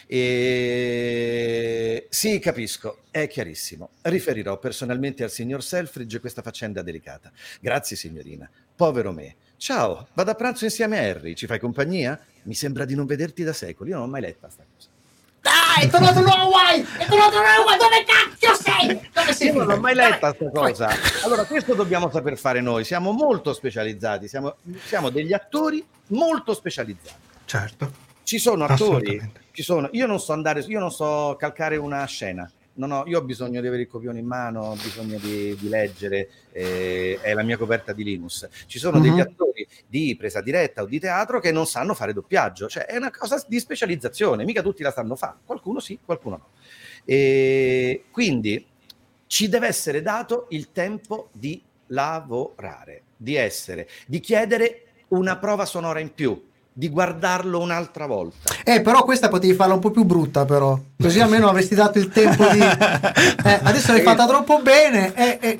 Sì, capisco, è chiarissimo. Riferirò personalmente al signor Selfridge questa faccenda delicata. Grazie, signorina. Povero me. Ciao, vado a pranzo insieme a Harry. Ci fai compagnia? Mi sembra di non vederti da secoli. Io non ho mai letta sta cosa. Dai, è tornato Hawaii! È tornato Hawaii! Dove cacchio sei? Dove sei? Io non l'ho mai letta questa cosa. Allora, questo dobbiamo saper fare noi. Siamo molto specializzati. Siamo degli attori molto specializzati. Certo. Ci sono attori, io non so calcare una scena, io ho bisogno di avere il copione in mano, ho bisogno di leggere, è la mia coperta di Linus. Ci sono degli attori di presa diretta o di teatro che non sanno fare doppiaggio, cioè è una cosa di specializzazione, mica tutti la sanno fare, qualcuno sì, qualcuno no. E quindi ci deve essere dato il tempo di lavorare, di chiedere una prova sonora in più, di guardarlo un'altra volta. Però questa potevi farla un po' più brutta, però così almeno avresti dato il tempo di adesso l'hai fatta troppo bene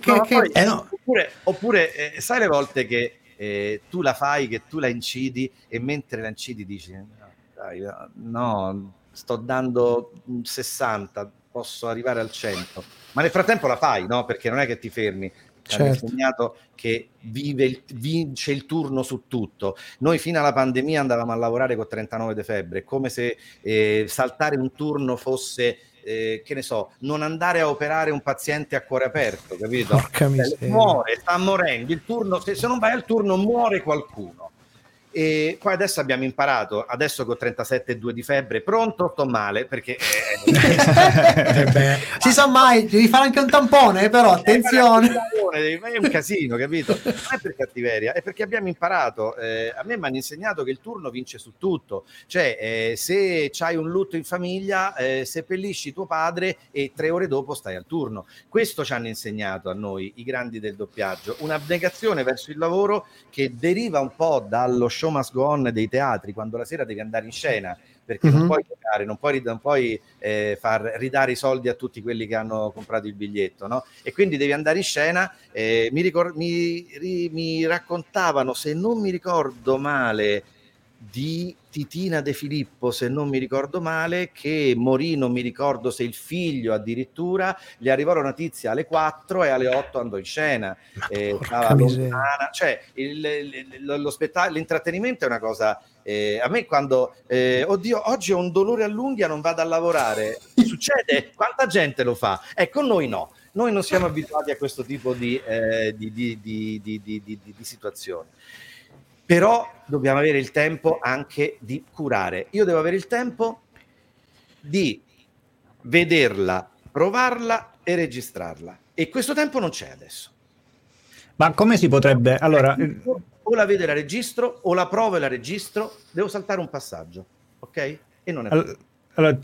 oppure sai le volte che tu la fai, che tu la incidi e mentre la incidi dici no, sto dando 60, posso arrivare al 100, ma nel frattempo la fai, no? Perché non è che ti fermi. Ci hanno insegnato che vince il turno su tutto. Noi fino alla pandemia andavamo a lavorare con 39 di febbre, come se saltare un turno fosse che ne so, non andare a operare un paziente a cuore aperto, capito? Muore, sta morendo il turno, se non vai al turno muore qualcuno. E poi adesso abbiamo imparato, adesso con 37,2 di febbre, pronto, sto male, perché si sa mai, devi fare anche un tampone, però attenzione, è un casino, capito? Non è per cattiveria, è perché abbiamo imparato, a me mi hanno insegnato che il turno vince su tutto, cioè se c'hai un lutto in famiglia, seppellisci tuo padre e 3 ore dopo stai al turno. Questo ci hanno insegnato a noi i grandi del doppiaggio, un'abnegazione verso il lavoro che deriva un po' dallo show must go on dei teatri, quando la sera devi andare in scena, perché non puoi giocare, non puoi far ridare i soldi a tutti quelli che hanno comprato il biglietto, no? E quindi devi andare in scena. Mi raccontavano, se non mi ricordo male, di Titina De Filippo, se non mi ricordo male, che morì, non mi ricordo se il figlio addirittura, gli arrivò la notizia alle 4 e alle 8 andò in scena. Stava lontana. Cioè, lo spettacolo, l'intrattenimento è una cosa... a me quando oddio, oggi ho un dolore all'unghia, non vado a lavorare, succede? Quanta gente lo fa? Ecco, noi no. Noi non siamo abituati a questo tipo di situazioni. Però dobbiamo avere il tempo anche di curare. Io devo avere il tempo di vederla, provarla e registrarla. E questo tempo non c'è adesso. Ma come si potrebbe... Allora... O la vedo e la registro, o la provo e la registro. Devo saltare un passaggio, ok? E non è allora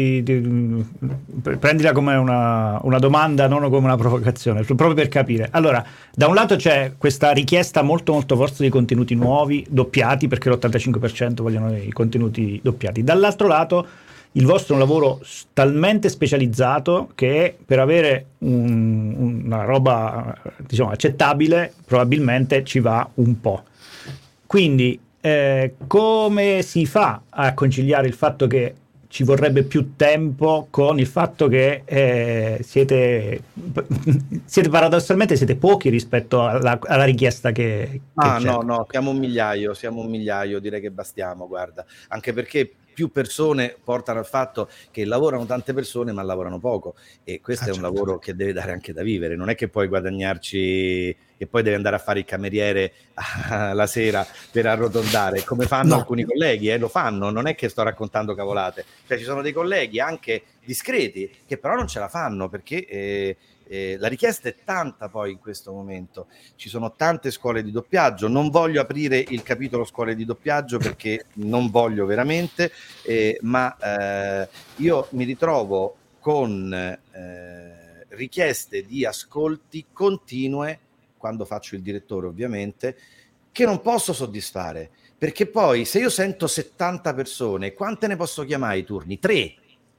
prendila come una domanda, non come una provocazione, proprio per capire. Allora, da un lato c'è questa richiesta molto molto forte di contenuti nuovi, doppiati, perché l'85% vogliono i contenuti doppiati. Dall'altro lato il vostro è un lavoro talmente specializzato che per avere una roba, diciamo, accettabile probabilmente ci va un po'. Quindi come si fa a conciliare il fatto che ci vorrebbe più tempo con il fatto che siete paradossalmente siete pochi rispetto alla richiesta che c'è? No, siamo un migliaio, direi che bastiamo, guarda, anche perché più persone portano al fatto che lavorano tante persone ma lavorano poco, e questo è un lavoro che deve dare anche da vivere, non è che puoi guadagnarci e poi devi andare a fare il cameriere la sera per arrotondare, come fanno alcuni colleghi, lo fanno, non è che sto raccontando cavolate, cioè ci sono dei colleghi anche discreti che però non ce la fanno perché la richiesta è tanta. Poi in questo momento ci sono tante scuole di doppiaggio, non voglio aprire il capitolo scuole di doppiaggio perché non voglio veramente, ma io mi ritrovo con richieste di ascolti continue quando faccio il direttore, ovviamente, che non posso soddisfare, perché poi se io sento 70 persone, quante ne posso chiamare i turni? 3.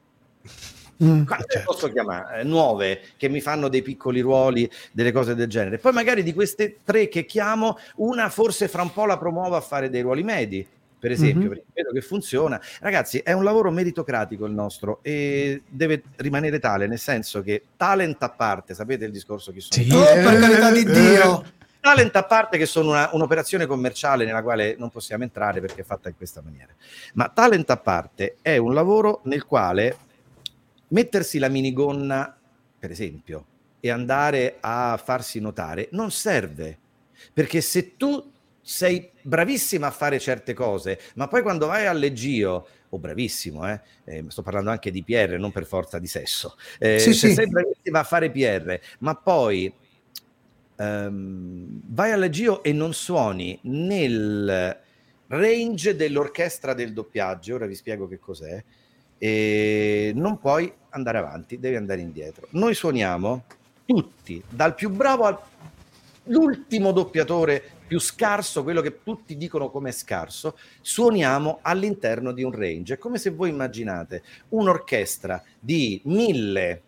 Quante posso chiamare? 9 che mi fanno dei piccoli ruoli, delle cose del genere. Poi magari di queste 3 che chiamo, una forse fra un po' la promuovo a fare dei ruoli medi, per esempio, perché vedo che funziona. Ragazzi, è un lavoro meritocratico il nostro e deve rimanere tale, nel senso che talent a parte, sapete il discorso che sono? Sì, per carità di Dio! Talent a parte, che sono un'operazione commerciale nella quale non possiamo entrare perché è fatta in questa maniera, ma talent a parte è un lavoro nel quale mettersi la minigonna, per esempio, e andare a farsi notare non serve, perché se tu sei bravissima a fare certe cose, ma poi quando vai al leggio, o bravissimo, sto parlando anche di PR, non per forza di sesso, se sei bravissima a fare PR, ma poi vai al leggio e non suoni nel range dell'orchestra del doppiaggio, ora vi spiego che cos'è, e non puoi andare avanti, devi andare indietro. Noi suoniamo tutti, dal più bravo all'ultimo doppiatore più scarso, quello che tutti dicono come scarso, suoniamo all'interno di un range. È come se voi immaginate un'orchestra di 1000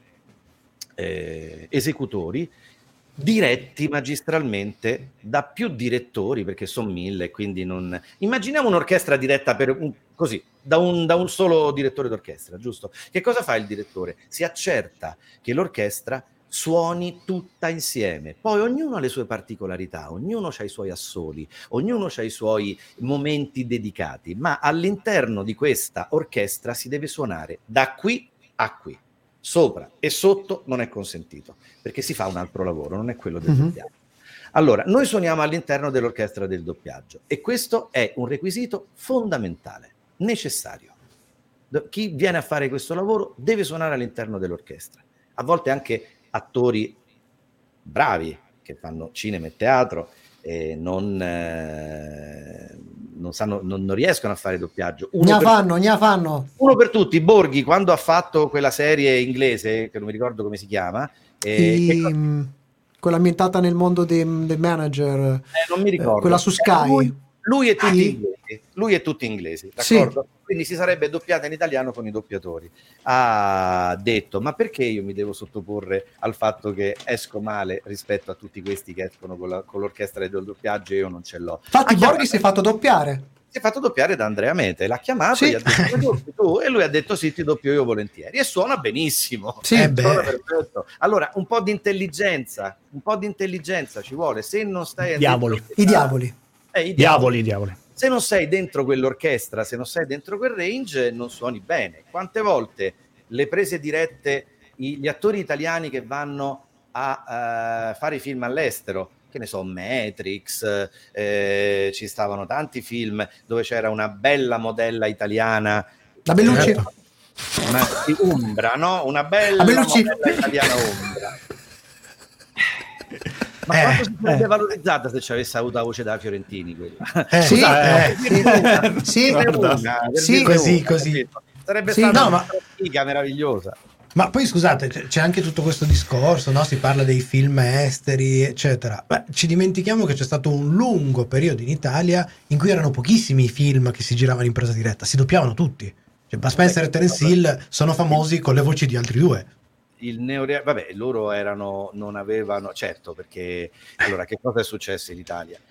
esecutori diretti magistralmente da più direttori, perché sono 1000, quindi non... Immaginiamo un'orchestra diretta così, da un solo direttore d'orchestra, giusto? Che cosa fa il direttore? Si accerta che l'orchestra suoni tutta insieme, poi ognuno ha le sue particolarità, ognuno ha i suoi assoli, ognuno ha i suoi momenti dedicati, ma all'interno di questa orchestra si deve suonare da qui a qui. Sopra e sotto non è consentito, perché si fa un altro lavoro, non è quello del doppiaggio. Allora, noi suoniamo all'interno dell'orchestra del doppiaggio e questo è un requisito fondamentale, necessario. Chi viene a fare questo lavoro deve suonare all'interno dell'orchestra. A volte anche attori bravi che fanno cinema e teatro non riescono a fare doppiaggio. Ne fanno. Uno per tutti, Borghi, quando ha fatto quella serie inglese, che non mi ricordo come si chiama, quella ambientata nel mondo del manager, non mi ricordo, quella su Sky. Lui è tutti inglesi, d'accordo? Sì. Quindi si sarebbe doppiata in italiano con i doppiatori. Ha detto, ma perché io mi devo sottoporre al fatto che esco male rispetto a tutti questi che escono con l'orchestra del doppiaggio e io non ce l'ho? Infatti Borghi si è fatto doppiare. si è fatto doppiare da Andrea Mete, l'ha chiamato, Sì. gli ha detto "Mi doppi tu?" e lui ha detto sì, ti doppio io volentieri, e suona benissimo. Sì. Suona perfetto. Allora un po' di intelligenza ci vuole, se non stai Diavoli. I diavoli. i Diavoli. se non sei dentro quell'orchestra, se non sei dentro quel range, non suoni bene. Quante volte le prese dirette, gli attori italiani che vanno a fare i film all'estero, che ne so, Matrix, ci stavano tanti film dove c'era una bella modella italiana, La Bellucci. di Umbra, no? Una bella Bellucci. modella italiana Umbra. Ma quanto si sarebbe valorizzata se ci avesse avuto la voce da Fiorentini quella? Sì, così. Sarebbe Sì, stata no, una figa meravigliosa. Ma poi scusate, c'è anche tutto questo discorso, no? Si parla dei film esteri, eccetera. Beh, ci dimentichiamo che c'è stato un lungo periodo in Italia in cui erano pochissimi i film che si giravano in presa diretta, si doppiavano tutti. Cioè, Bud Spencer e Terence Hill sono famosi con le voci di altri due. Vabbè, loro non avevano, certo, perché allora che cosa è successo in Italia?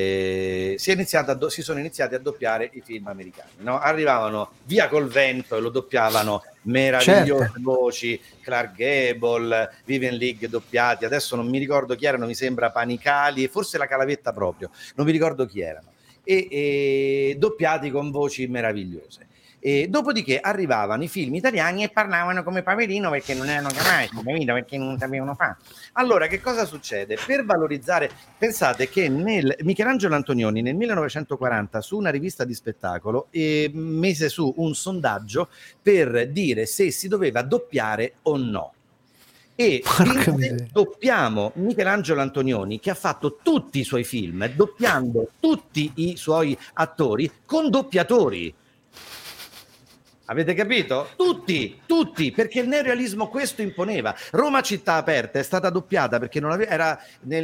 Si sono iniziati a doppiare i film americani, no? Arrivavano Via col vento e lo doppiavano meravigliose voci, Clark Gable, Vivien League doppiati, adesso non mi ricordo chi erano, mi sembra Panicali, forse la Calavetta proprio, non mi ricordo chi erano, e doppiati con voci meravigliose. E dopodiché arrivavano i film italiani e parlavano come Paperino perché non erano capaci, capito? Perché non sapevano fare. Allora, che cosa succede? Per valorizzare, pensate che Michelangelo Antonioni nel 1940 su una rivista di spettacolo mise su un sondaggio per dire se si doveva doppiare o no. E doppiamo Michelangelo Antonioni, che ha fatto tutti i suoi film, doppiando tutti i suoi attori con doppiatori. Avete capito? Tutti, perché il neorealismo questo imponeva. Roma città aperta è stata doppiata perché non aveva, era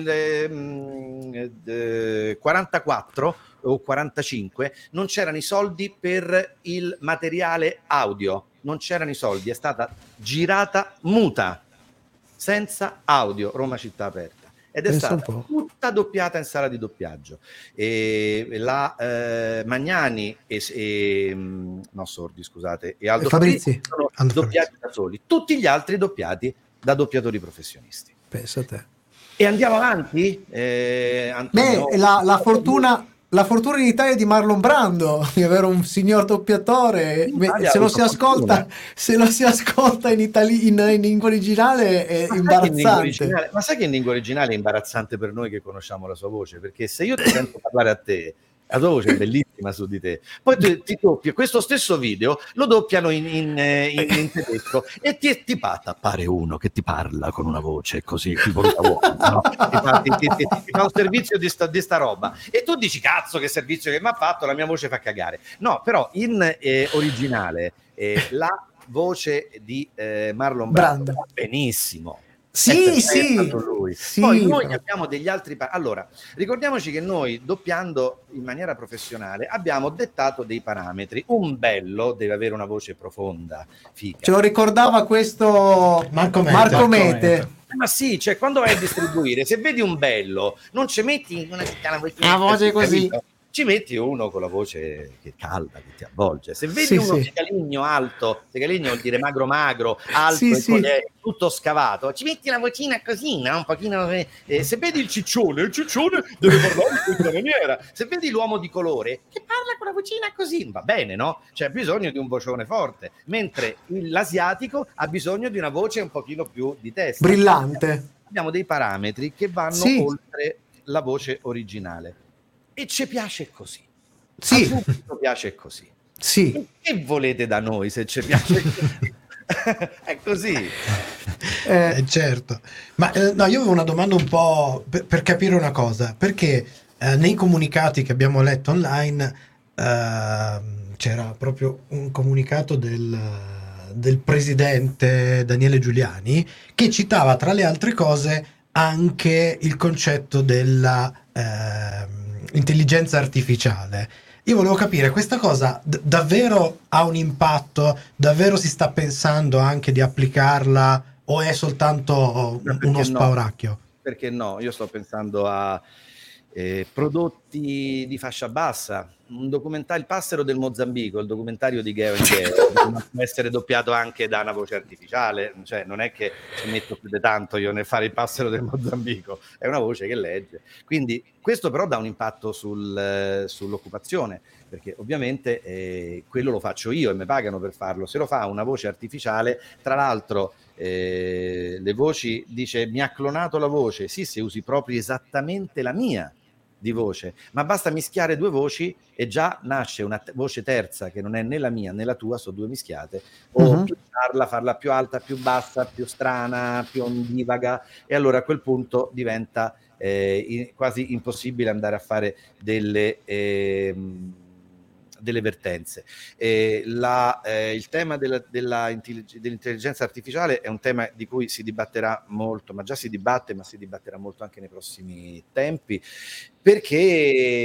nel 44 o 45, non c'erano i soldi per il materiale audio, non c'erano i soldi, è stata girata muta, senza audio, Roma città aperta. Ed è stata tutta doppiata in sala di doppiaggio. E Magnani e Aldo Fabrizi sono doppiati da soli, tutti gli altri doppiati da doppiatori professionisti. Pensa a te. E andiamo avanti? La fortuna in Italia di Marlon Brando di avere un signor doppiatore. Se lo si ascolta in lingua originale è imbarazzante. Ma sai che in lingua originale è imbarazzante per noi che conosciamo la sua voce? Perché se io ti sento parlare a te, la tua voce è bellissima su di te, poi ti doppi questo stesso video, lo doppiano in tedesco e ti appare uno che ti parla con una voce così tipo uomo, no? ti fa un servizio di sta roba e tu dici cazzo che servizio che mi ha fatto, la mia voce fa cagare. No, però in originale la voce di Marlon Brando va benissimo. Sì. Poi noi abbiamo degli altri allora ricordiamoci che noi doppiando in maniera professionale abbiamo dettato dei parametri. Un bello deve avere una voce profonda, figa. Ce lo ricordava questo Marco Mete. Ma sì, cioè quando vai a distribuire, se vedi un bello non ci metti una voce così, ci metti uno con la voce che calda, che ti avvolge. Se vedi uno segaligno alto, segaligno vuol dire magro, alto, e tutto scavato, ci metti la vocina così, no? Un pochino. Se vedi il ciccione deve parlare in questa maniera. Se vedi l'uomo di colore che parla con la vocina così, va bene, no? C'è bisogno di un vocione forte, mentre l'asiatico ha bisogno di una voce un pochino più di testa. Brillante. Abbiamo dei parametri che vanno oltre la voce originale. E ci piace così. Sì. A pubblico piace così. Sì. Che volete da noi se ci piace così? È così. Certo. Ma no, io avevo una domanda un po' per capire una cosa. Perché nei comunicati che abbiamo letto online c'era proprio un comunicato del presidente Daniele Giuliani che citava tra le altre cose anche il concetto della intelligenza artificiale. Io volevo capire, questa cosa davvero ha un impatto? Davvero si sta pensando anche di applicarla o è soltanto uno spauracchio? Perché no? Io sto pensando a prodotti di fascia bassa, un documentario, Il passero del Mozambico, il documentario di Geo Geo, può essere doppiato anche da una voce artificiale, cioè non è che ci metto più di tanto io nel fare Il passero del Mozambico, è una voce che legge. Quindi questo però dà un impatto sull'occupazione, perché ovviamente quello lo faccio io e mi pagano per farlo. Se lo fa una voce artificiale, tra l'altro le voci, dice mi ha clonato la voce, sì, se usi proprio esattamente la mia di voce, ma basta mischiare due voci e già nasce una voce terza che non è né la mia né la tua, sono due mischiate, o farla più alta, più bassa, più strana, più ondivaga, e allora a quel punto diventa quasi impossibile andare a fare delle vertenze. Il tema dell'intelligenza artificiale è un tema di cui si dibatterà molto, ma già si dibatte, ma si dibatterà molto anche nei prossimi tempi, perché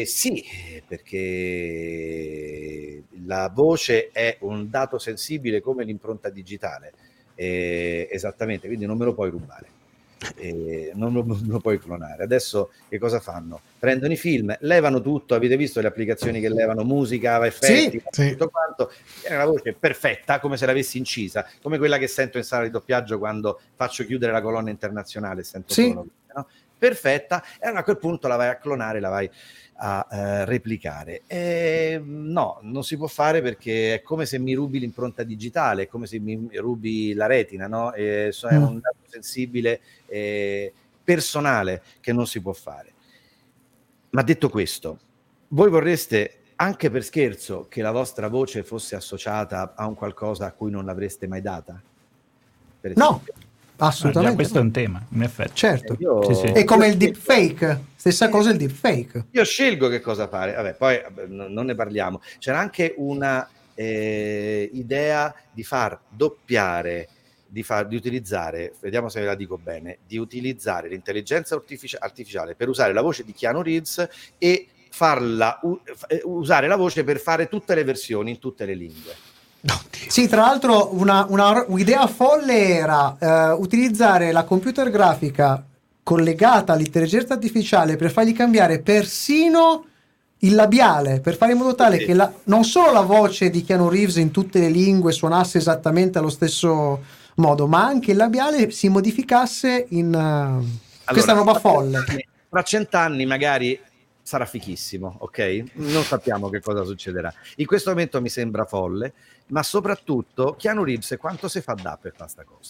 la voce è un dato sensibile come l'impronta digitale, esattamente, quindi non me lo puoi rubare. Non lo puoi clonare. Adesso che cosa fanno? Prendono i film, levano tutto, avete visto le applicazioni che levano musica, effetti, tutto quanto, è una voce perfetta, come se l'avessi incisa, come quella che sento in sala di doppiaggio quando faccio chiudere la colonna internazionale, sento solo, no? Perfetta, e allora a quel punto la vai a clonare, la vai a replicare. No, non si può fare, perché è come se mi rubi l'impronta digitale, è come se mi rubi la retina, no? È un dato sensibile, personale, che non si può fare. Ma detto questo, voi vorreste, anche per scherzo, che la vostra voce fosse associata a un qualcosa a cui non l'avreste mai data? Per no, assolutamente. Questo è un tema, in effetti. Certo. Sì. È come il deepfake, stessa cosa il deepfake. Io scelgo che cosa fare. Vabbè, poi non ne parliamo. C'era anche una idea di far doppiare, di utilizzare, vediamo se ve la dico bene, di utilizzare l'intelligenza artificiale per usare la voce di Keanu Reeves e farla usare la voce per fare tutte le versioni in tutte le lingue. Oddio. Sì, tra l'altro un'idea folle era utilizzare la computer grafica collegata all'intelligenza artificiale per fargli cambiare persino il labiale, per fare in modo tale che non solo la voce di Keanu Reeves in tutte le lingue suonasse esattamente allo stesso modo, ma anche il labiale si modificasse in questa roba folle. Tra 100 anni magari sarà fichissimo, ok? Non sappiamo che cosa succederà. In questo momento mi sembra folle, ma soprattutto Keanu Reeves quanto si fa da per questa cosa?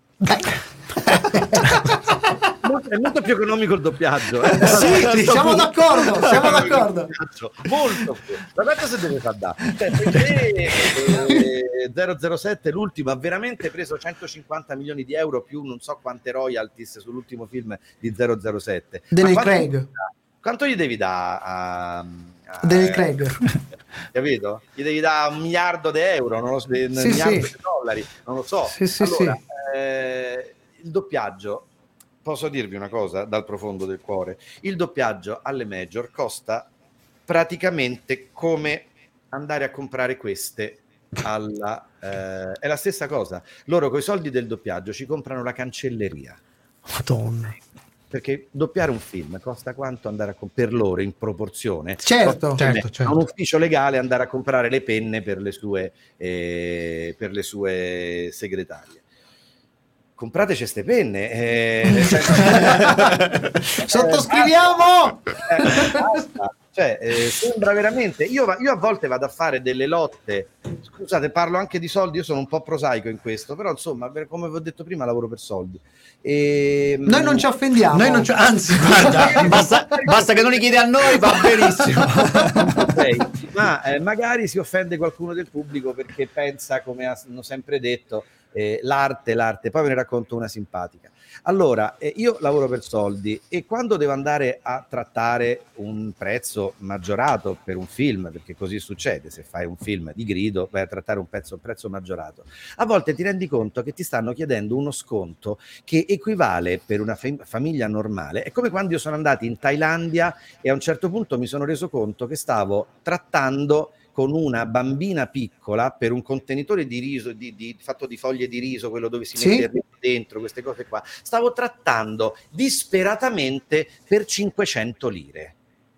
È molto più economico il doppiaggio. Sì, siamo d'accordo. Molto più. Ma quanto si deve far da? 007, l'ultimo, ha veramente preso 150 milioni di euro più non so quante royalties sull'ultimo film di 007. Daniel Craig. Quanto gli devi dare a Daniel Craig? Capito? Gli devi dare $1 miliardo di euro, non lo so, $1 miliardo di dollari, non lo so. Allora, il doppiaggio, posso dirvi una cosa dal profondo del cuore, il doppiaggio alle major costa praticamente come andare a comprare queste è la stessa cosa. Loro coi soldi del doppiaggio ci comprano la cancelleria. Madonna. Perché doppiare un film costa quanto andare a per loro in proporzione? Certo. A un ufficio legale andare a comprare le penne per le sue segretarie. Comprateci queste penne. Sottoscriviamo! Sembra veramente. Io a volte vado a fare delle lotte. Scusate, parlo anche di soldi. Io sono un po' prosaico in questo, però insomma, come vi ho detto prima, lavoro per soldi. Noi non ci offendiamo. Anzi, guarda, basta che non li chiedi a noi, va benissimo. Okay. Ma magari si offende qualcuno del pubblico perché pensa, come hanno sempre detto, l'arte. Poi ve ne racconto una simpatica. Allora, io lavoro per soldi e quando devo andare a trattare un prezzo maggiorato per un film, perché così succede, se fai un film di grido vai a trattare un prezzo maggiorato, a volte ti rendi conto che ti stanno chiedendo uno sconto che equivale per una famiglia normale. È come quando io sono andato in Thailandia e a un certo punto mi sono reso conto che stavo trattando con una bambina piccola per un contenitore di riso fatto di foglie di riso, quello dove si mette il riso dentro, queste cose qua. Stavo trattando disperatamente per 500 lire.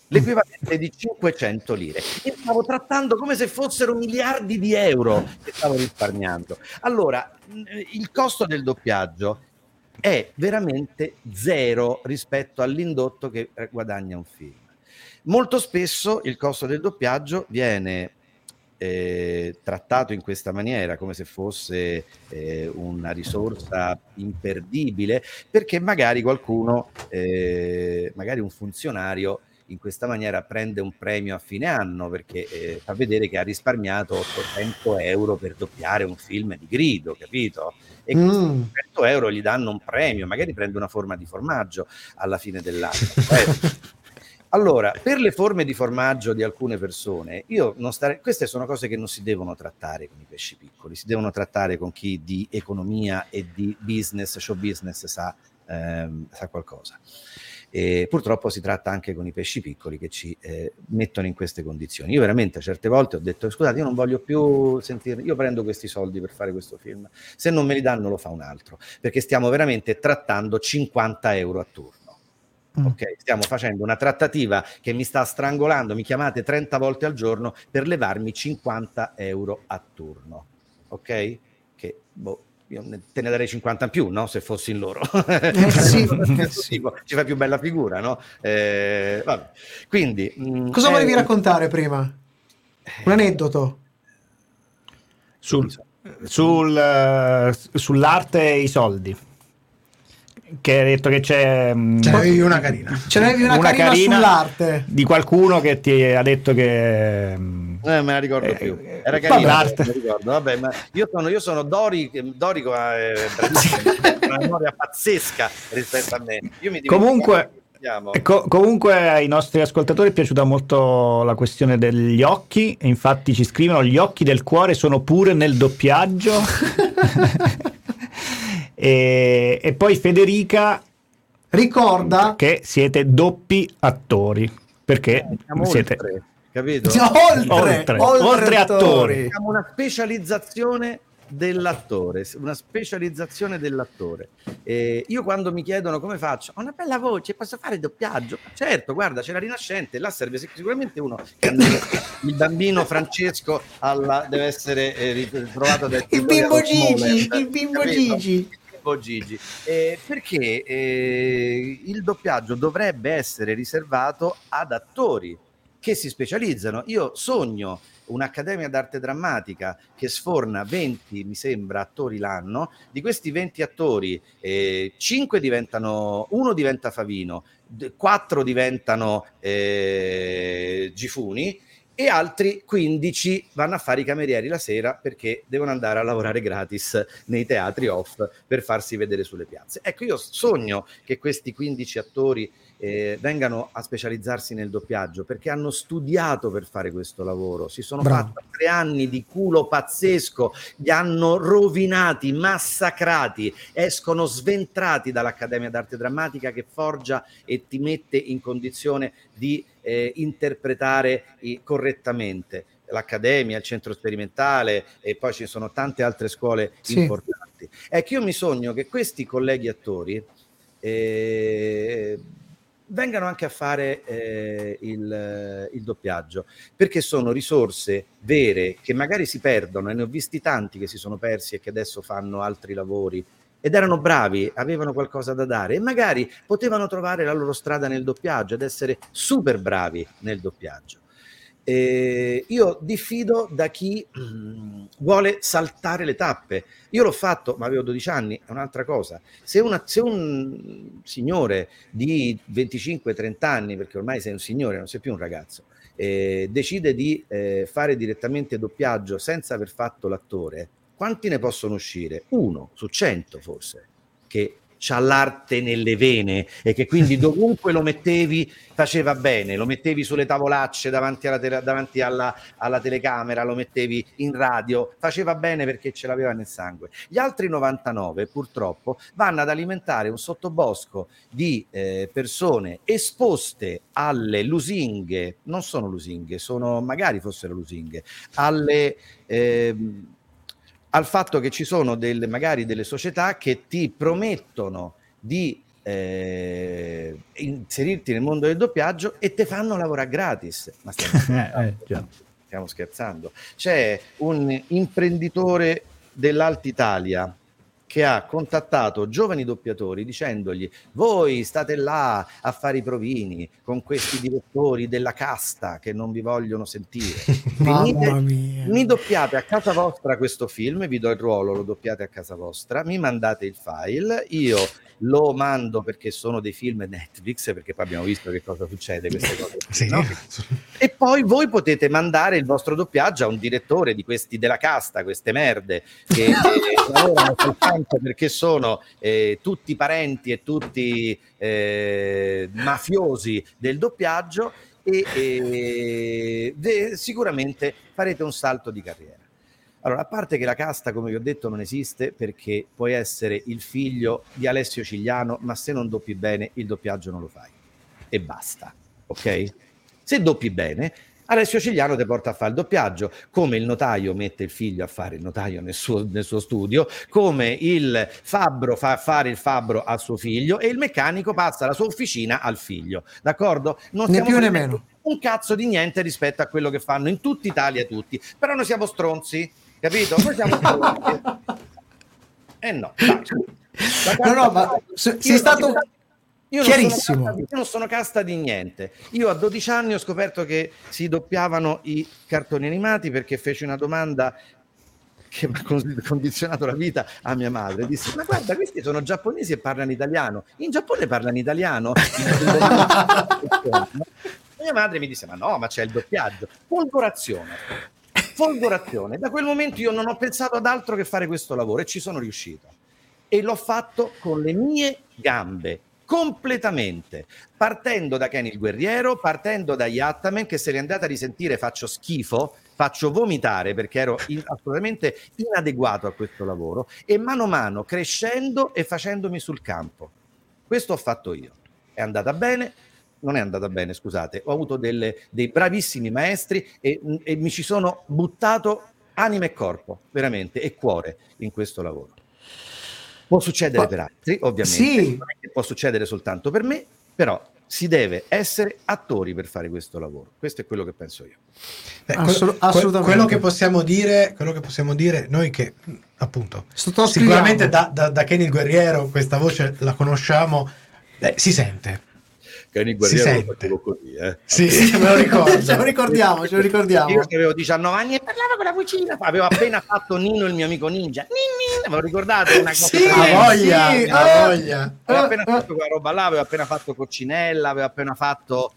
l'equivalente di 500 lire. E stavo trattando come se fossero miliardi di euro che stavo risparmiando. Allora, il costo del doppiaggio è veramente zero rispetto all'indotto che guadagna un film. Molto spesso il costo del doppiaggio viene trattato in questa maniera, come se fosse una risorsa imperdibile, perché magari qualcuno, magari un funzionario, in questa maniera prende un premio a fine anno perché fa vedere che ha risparmiato 800 euro per doppiare un film di grido, capito? E questi 800 euro gli danno un premio, magari prende una forma di formaggio alla fine dell'anno. Allora, per le forme di formaggio di alcune persone, queste sono cose che non si devono trattare con i pesci piccoli, si devono trattare con chi di economia e di business, show business sa qualcosa. E purtroppo si tratta anche con i pesci piccoli che ci mettono in queste condizioni. Io veramente certe volte ho detto: scusate, io non voglio più sentire, io prendo questi soldi per fare questo film, se non me li danno lo fa un altro, perché stiamo veramente trattando 50 euro a turno. Ok, stiamo facendo una trattativa che mi sta strangolando, mi chiamate 30 volte al giorno per levarmi 50 euro a turno, ok? Che io te ne darei 50 in più, no? Se fossi in loro. Sì. Ci fa più bella figura, no? Vabbè. Quindi cosa volevi raccontare prima? Un aneddoto sull'arte e i soldi, che hai detto che c'è una carina. Ce n'avevi una carina sull'arte di qualcuno che ti ha detto che me la ricordo più. Era carina, mi ricordo. Vabbè, ma io sono Dorico, una memoria pazzesca rispetto a me. Io mi comunque ai nostri ascoltatori è piaciuta molto la questione degli occhi, e infatti ci scrivono: gli occhi del cuore sono pure nel doppiaggio. E poi Federica ricorda che siete doppi attori, perché siete oltre, capito? Oltre attori. Abbiamo una specializzazione dell'attore, io quando mi chiedono come faccio, ho una bella voce, posso fare doppiaggio? Certo, guarda, c'è la Rinascente, là serve sicuramente uno che il bambino Francesco deve essere ritrovato il bimbo Gigi perché il doppiaggio dovrebbe essere riservato ad attori che si specializzano. Io sogno un'accademia d'arte drammatica che sforna 20, mi sembra, attori l'anno. Di questi 20 attori, 1 diventa Favino, 4 diventano Gifuni, e altri 15 vanno a fare i camerieri la sera perché devono andare a lavorare gratis nei teatri off per farsi vedere sulle piazze. Ecco, io sogno che questi 15 attori vengano a specializzarsi nel doppiaggio, perché hanno studiato per fare questo lavoro, si sono fatti 3 anni di culo pazzesco, li hanno rovinati, massacrati, escono sventrati dall'Accademia d'Arte Drammatica che forgia e ti mette in condizione di interpretare correttamente. L'Accademia, il Centro Sperimentale, e poi ci sono tante altre scuole importanti. Ecco, io mi sogno che questi colleghi attori vengano anche a fare il doppiaggio, perché sono risorse vere che magari si perdono, e ne ho visti tanti che si sono persi e che adesso fanno altri lavori ed erano bravi, avevano qualcosa da dare e magari potevano trovare la loro strada nel doppiaggio ed essere super bravi nel doppiaggio. Io diffido da chi vuole saltare le tappe. Io l'ho fatto, ma avevo 12 anni, è un'altra cosa. Se un signore di 25-30 anni, perché ormai sei un signore, non sei più un ragazzo, decide di fare direttamente doppiaggio senza aver fatto l'attore, quanti ne possono uscire? 1 su 100 forse, che c'ha l'arte nelle vene e che quindi dovunque lo mettevi faceva bene, lo mettevi sulle tavolacce davanti alla telecamera, lo mettevi in radio, faceva bene perché ce l'aveva nel sangue. Gli altri 99 purtroppo vanno ad alimentare un sottobosco di persone esposte alle lusinghe, non sono lusinghe, sono magari fossero lusinghe, al fatto che ci sono magari delle società che ti promettono di inserirti nel mondo del doppiaggio e te fanno lavorare gratis. Ma stiamo scherzando. C'è un imprenditore dell'Alta Italia che ha contattato giovani doppiatori dicendogli: voi state là a fare i provini con questi direttori della casta che non vi vogliono sentire, mi doppiate a casa vostra questo film, vi do il ruolo, lo doppiate a casa vostra, mi mandate il file, io lo mando, perché sono dei film Netflix, perché poi abbiamo visto che cosa succede queste cose, sì, no? E poi voi potete mandare il vostro doppiaggio a un direttore di questi della casta, queste merde che lavorano soltanto perché sono tutti parenti e tutti mafiosi del doppiaggio, e sicuramente farete un salto di carriera. Allora, a parte che la casta, come vi ho detto, non esiste, perché puoi essere il figlio di Alessio Cigliano, ma se non doppi bene il doppiaggio non lo fai e basta, ok? Se doppi bene, Alessio Cigliano ti porta a fare il doppiaggio, come il notaio mette il figlio a fare il notaio nel suo studio, come il fabbro fa fare il fabbro al suo figlio, e il meccanico passa la sua officina al figlio, d'accordo? Non né più né meno un cazzo di niente rispetto a quello che fanno in tutta Italia tutti, però noi siamo stronzi, capito? Noi siamo stronzi. No, dai. No, ma sei stato chiarissimo. Io non sono casta di niente. Io a 12 anni ho scoperto che si doppiavano i cartoni animati, perché feci una domanda che mi ha condizionato la vita a mia madre. Disse: ma guarda, questi sono giapponesi e parlano italiano. In Giappone parlano italiano? Mia madre mi disse: ma no, ma c'è il doppiaggio. Folgorazione. Da quel momento io non ho pensato ad altro che fare questo lavoro, e ci sono riuscito. E l'ho fatto con le mie gambe, completamente, partendo da Kenny il Guerriero, partendo da Yattaman, che se li andate a risentire faccio schifo, faccio vomitare, perché ero assolutamente inadeguato a questo lavoro, e mano a mano crescendo e facendomi sul campo. Questo ho fatto io. È andata bene? Non è andata bene, scusate. Ho avuto dei bravissimi maestri e mi ci sono buttato anima e corpo, veramente, e cuore in questo lavoro. Può succedere per altri, ovviamente, sì. Non è che può succedere soltanto per me, però si deve essere attori per fare questo lavoro. Questo è quello che penso io. Assolutamente. Quello che possiamo dire noi, che appunto sicuramente da Kenny il Guerriero questa voce la conosciamo, si sente. Kenny il Guerriero lo facevo così, Sì, me lo ricordo. ce lo ricordiamo. Io avevo 19 anni e parlavo con la vocina. Avevo appena fatto Nino, il mio amico ninja. Ve lo ricordate? Una cosa voglia. Avevo appena fatto quella roba là, avevo appena fatto Coccinella, avevo appena fatto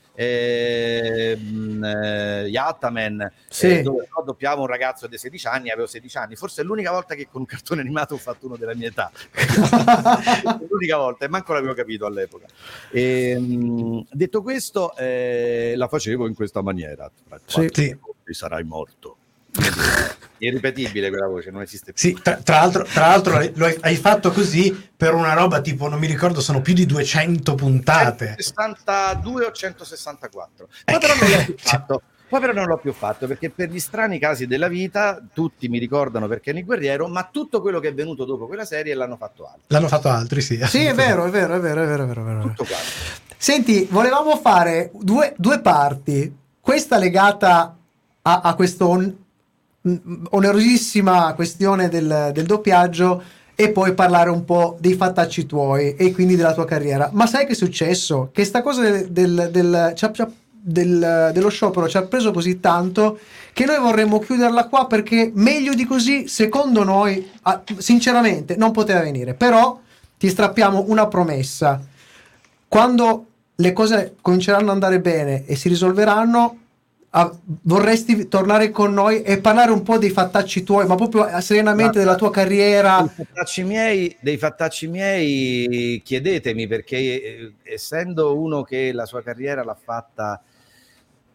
Yattaman, dove doppiavo un ragazzo di 16 anni, avevo 16 anni. Forse è l'unica volta che con un cartone animato ho fatto uno della mia età. L'unica volta, e manco l'avevo capito all'epoca. Detto questo, la facevo in questa maniera. Sì. Sarai morto. Irripetibile quella voce, non esiste più. Sì, tra l'altro hai fatto così per una roba tipo, non mi ricordo, sono più di 200 puntate. 162 o 164. Poi però non l'ho più fatto, perché per gli strani casi della vita tutti mi ricordano per Kenny Guerriero, ma tutto quello che è venuto dopo quella serie l'hanno fatto altri. L'hanno fatto altri, sì. Sì, è vero. Tutto qua. Senti, volevamo fare due parti. Questa legata a questo onerosissima questione del doppiaggio, e poi parlare un po' dei fattacci tuoi e quindi della tua carriera. Ma sai che è successo? Che sta cosa dello sciopero ci ha preso così tanto che noi vorremmo chiuderla qua, perché meglio di così, secondo noi, sinceramente, non poteva venire. Però ti strappiamo una promessa: quando le cose cominceranno ad andare bene e si risolveranno, vorresti tornare con noi e parlare un po' dei fattacci tuoi, ma proprio serenamente della tua carriera. Dei fattacci miei chiedetemi, perché essendo uno che la sua carriera l'ha fatta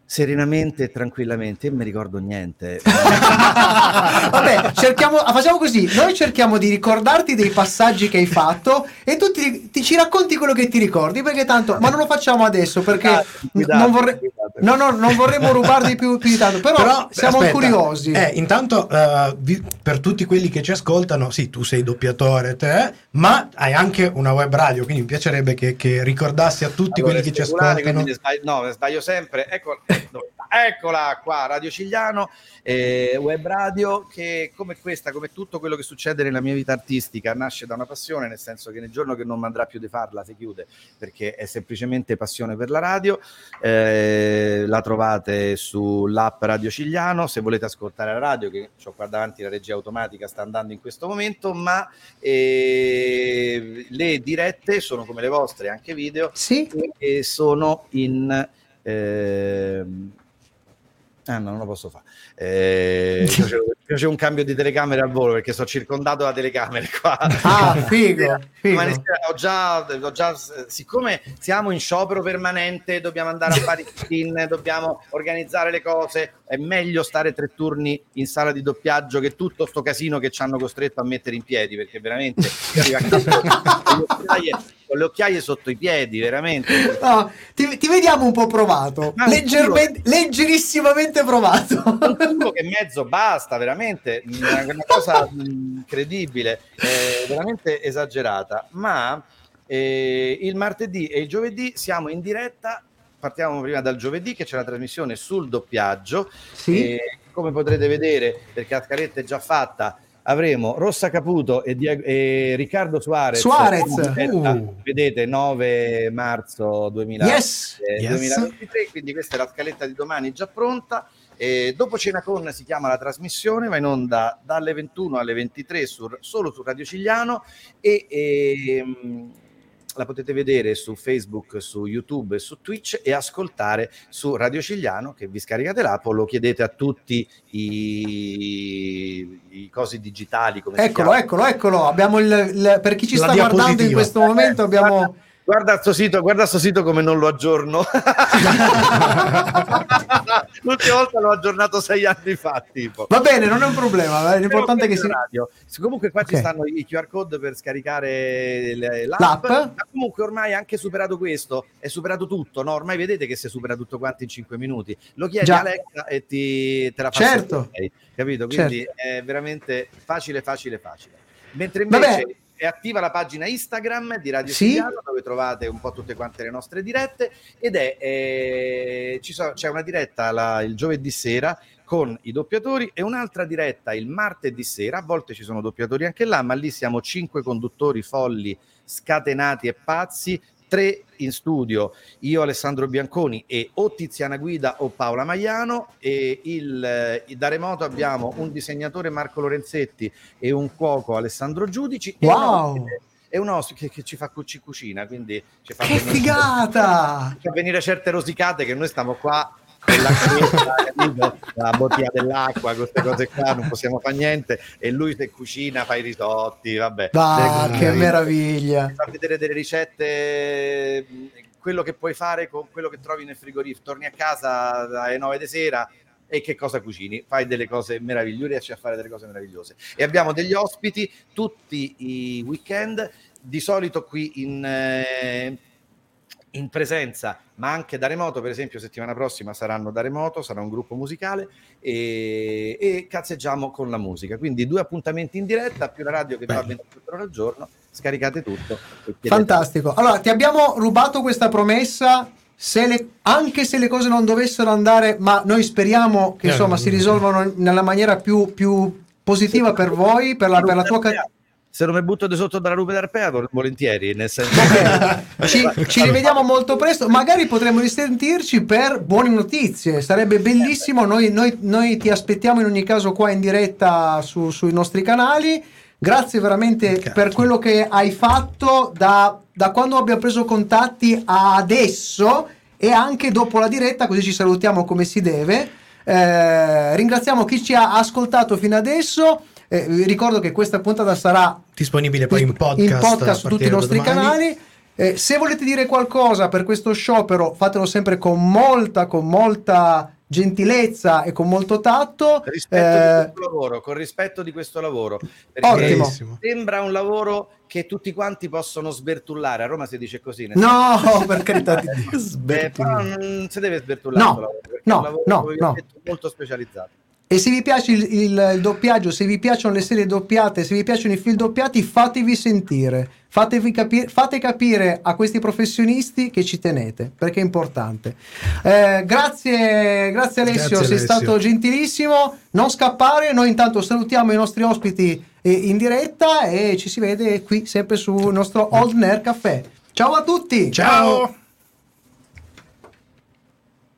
serenamente e tranquillamente. Io non mi ricordo niente. Vabbè, facciamo così, noi cerchiamo di ricordarti dei passaggi che hai fatto e tu ci racconti quello che ti ricordi, perché tanto, ma non lo facciamo adesso perché non vorremmo rubarti più di tanto, però siamo curiosi. Intanto per tutti quelli che ci ascoltano, sì, tu sei doppiatore te, ma hai anche una web radio, quindi mi piacerebbe che ricordassi a tutti quelli che ci ascoltano. Sbaglio sempre. Eccola qua, Radio Cigliano, web radio che come questa, come tutto quello che succede nella mia vita artistica, nasce da una passione, nel senso che nel giorno che non mi andrà più di farla si chiude, perché è semplicemente passione per la radio. La trovate sull'app Radio Cigliano, se volete ascoltare la radio, che ho qua davanti la regia automatica, sta andando in questo momento, ma le dirette sono come le vostre, anche video, sì? E sono in... non lo posso fare. C'è un cambio di telecamere al volo perché sono circondato da telecamere qua. Figo. Ho già, siccome siamo in sciopero permanente, dobbiamo andare a fare il dobbiamo organizzare le cose, è meglio stare 3 turni in sala di doppiaggio che tutto sto casino che ci hanno costretto a mettere in piedi, perché veramente con le occhiaie sotto i piedi, veramente. No, ti vediamo un po' provato, leggerissimamente provato. Un che mezzo basta, veramente una cosa incredibile, veramente esagerata, ma il martedì e il giovedì siamo in diretta. Partiamo prima dal giovedì, che c'è la trasmissione sul doppiaggio. Sì. Come potrete vedere, perché la scaletta è già fatta, avremo Rossa Caputo e Riccardo Suarez. Vedete, 9 marzo 2023, quindi questa è la scaletta di domani già pronta. Dopo cena con si chiama la trasmissione, va in onda dalle 21 alle 23 solo su Radio Cigliano e la potete vedere su Facebook, su YouTube e su Twitch e ascoltare su Radio Cigliano, che vi scaricate l'app o lo chiedete a tutti i cosi digitali. Come eccolo. Abbiamo per chi ci sta guardando in questo momento abbiamo... Guarda sto sito come non lo aggiorno. L'ultima volta l'ho aggiornato 6 anni fa, tipo. Va bene, non è un problema, l'importante è che radio. Comunque qua ci stanno i QR code per scaricare l'app. Ma comunque ormai anche superato questo, è superato tutto, no? Ormai vedete che si supera tutto quanto in 5 minuti. Lo chiedi a Alexa e te la fa. Certo. Capito? Quindi è veramente facile. Mentre invece è attiva la pagina Instagram di Radio Cigliano, dove trovate un po' tutte quante le nostre dirette, ed c'è una diretta il giovedì sera con i doppiatori e un'altra diretta il martedì sera. A volte ci sono doppiatori anche là, ma lì siamo 5 conduttori folli, scatenati e pazzi, 3 in studio, io Alessandro Bianconi e o Tiziana Guida o Paola Maiano, e da remoto abbiamo un disegnatore Marco Lorenzetti e un cuoco Alessandro Giudici. Wow! E un ospite che ci fa cucina, quindi ci fa figata! Ci fa venire certe rosicate che noi stiamo qua con la bottiglia dell'acqua, queste cose qua non possiamo fare niente, e lui se cucina fa i risotti, vabbè. Che meraviglia! Fa vedere delle ricette, quello che puoi fare con quello che trovi nel frigorifero. Torni a casa alle 9 di sera e che cosa cucini? Fai delle cose meravigliose, riesci a fare delle cose meravigliose. E abbiamo degli ospiti tutti i weekend, di solito qui in presenza, ma anche da remoto. Per esempio settimana prossima saranno da remoto, sarà un gruppo musicale e cazzeggiamo con la musica, quindi 2 appuntamenti in diretta più la radio che va 24 ore al giorno. Scaricate tutto. Fantastico. Allora, ti abbiamo rubato questa promessa, anche se le cose non dovessero andare, ma noi speriamo che insomma si risolvano nella maniera più positiva per voi, per la tua carriera. Se non mi butto di sotto dalla rupe d'Arpea, volentieri, nel senso ci rivediamo molto presto, magari potremo risentirci per buone notizie, sarebbe bellissimo. Noi ti aspettiamo in ogni caso qua in diretta sui nostri canali. Grazie veramente per quello che hai fatto da quando abbiamo preso contatti a adesso, e anche dopo la diretta, così ci salutiamo come si deve. Ringraziamo chi ci ha ascoltato fino adesso. Vi ricordo che questa puntata sarà disponibile poi in podcast su tutti i nostri canali. Se volete dire qualcosa per questo sciopero, fatelo sempre con molta gentilezza e con molto tatto. Con rispetto di questo lavoro. Ottimo. Sembra un lavoro che tutti quanti possono sbertullare. A Roma si dice così. No, per carità di Dio. Però non si deve sbertullare questo lavoro, perché è un lavoro, come vi ho detto, molto specializzato. E se vi piace il doppiaggio, se vi piacciono le serie doppiate, se vi piacciono i film doppiati, fatevi sentire, fate capire a questi professionisti che ci tenete, perché è importante. Grazie Alessio, sei stato gentilissimo. Non scappare, noi intanto salutiamo i nostri ospiti in diretta e ci si vede qui sempre sul nostro Old Nerd Café. Ciao a tutti! Ciao!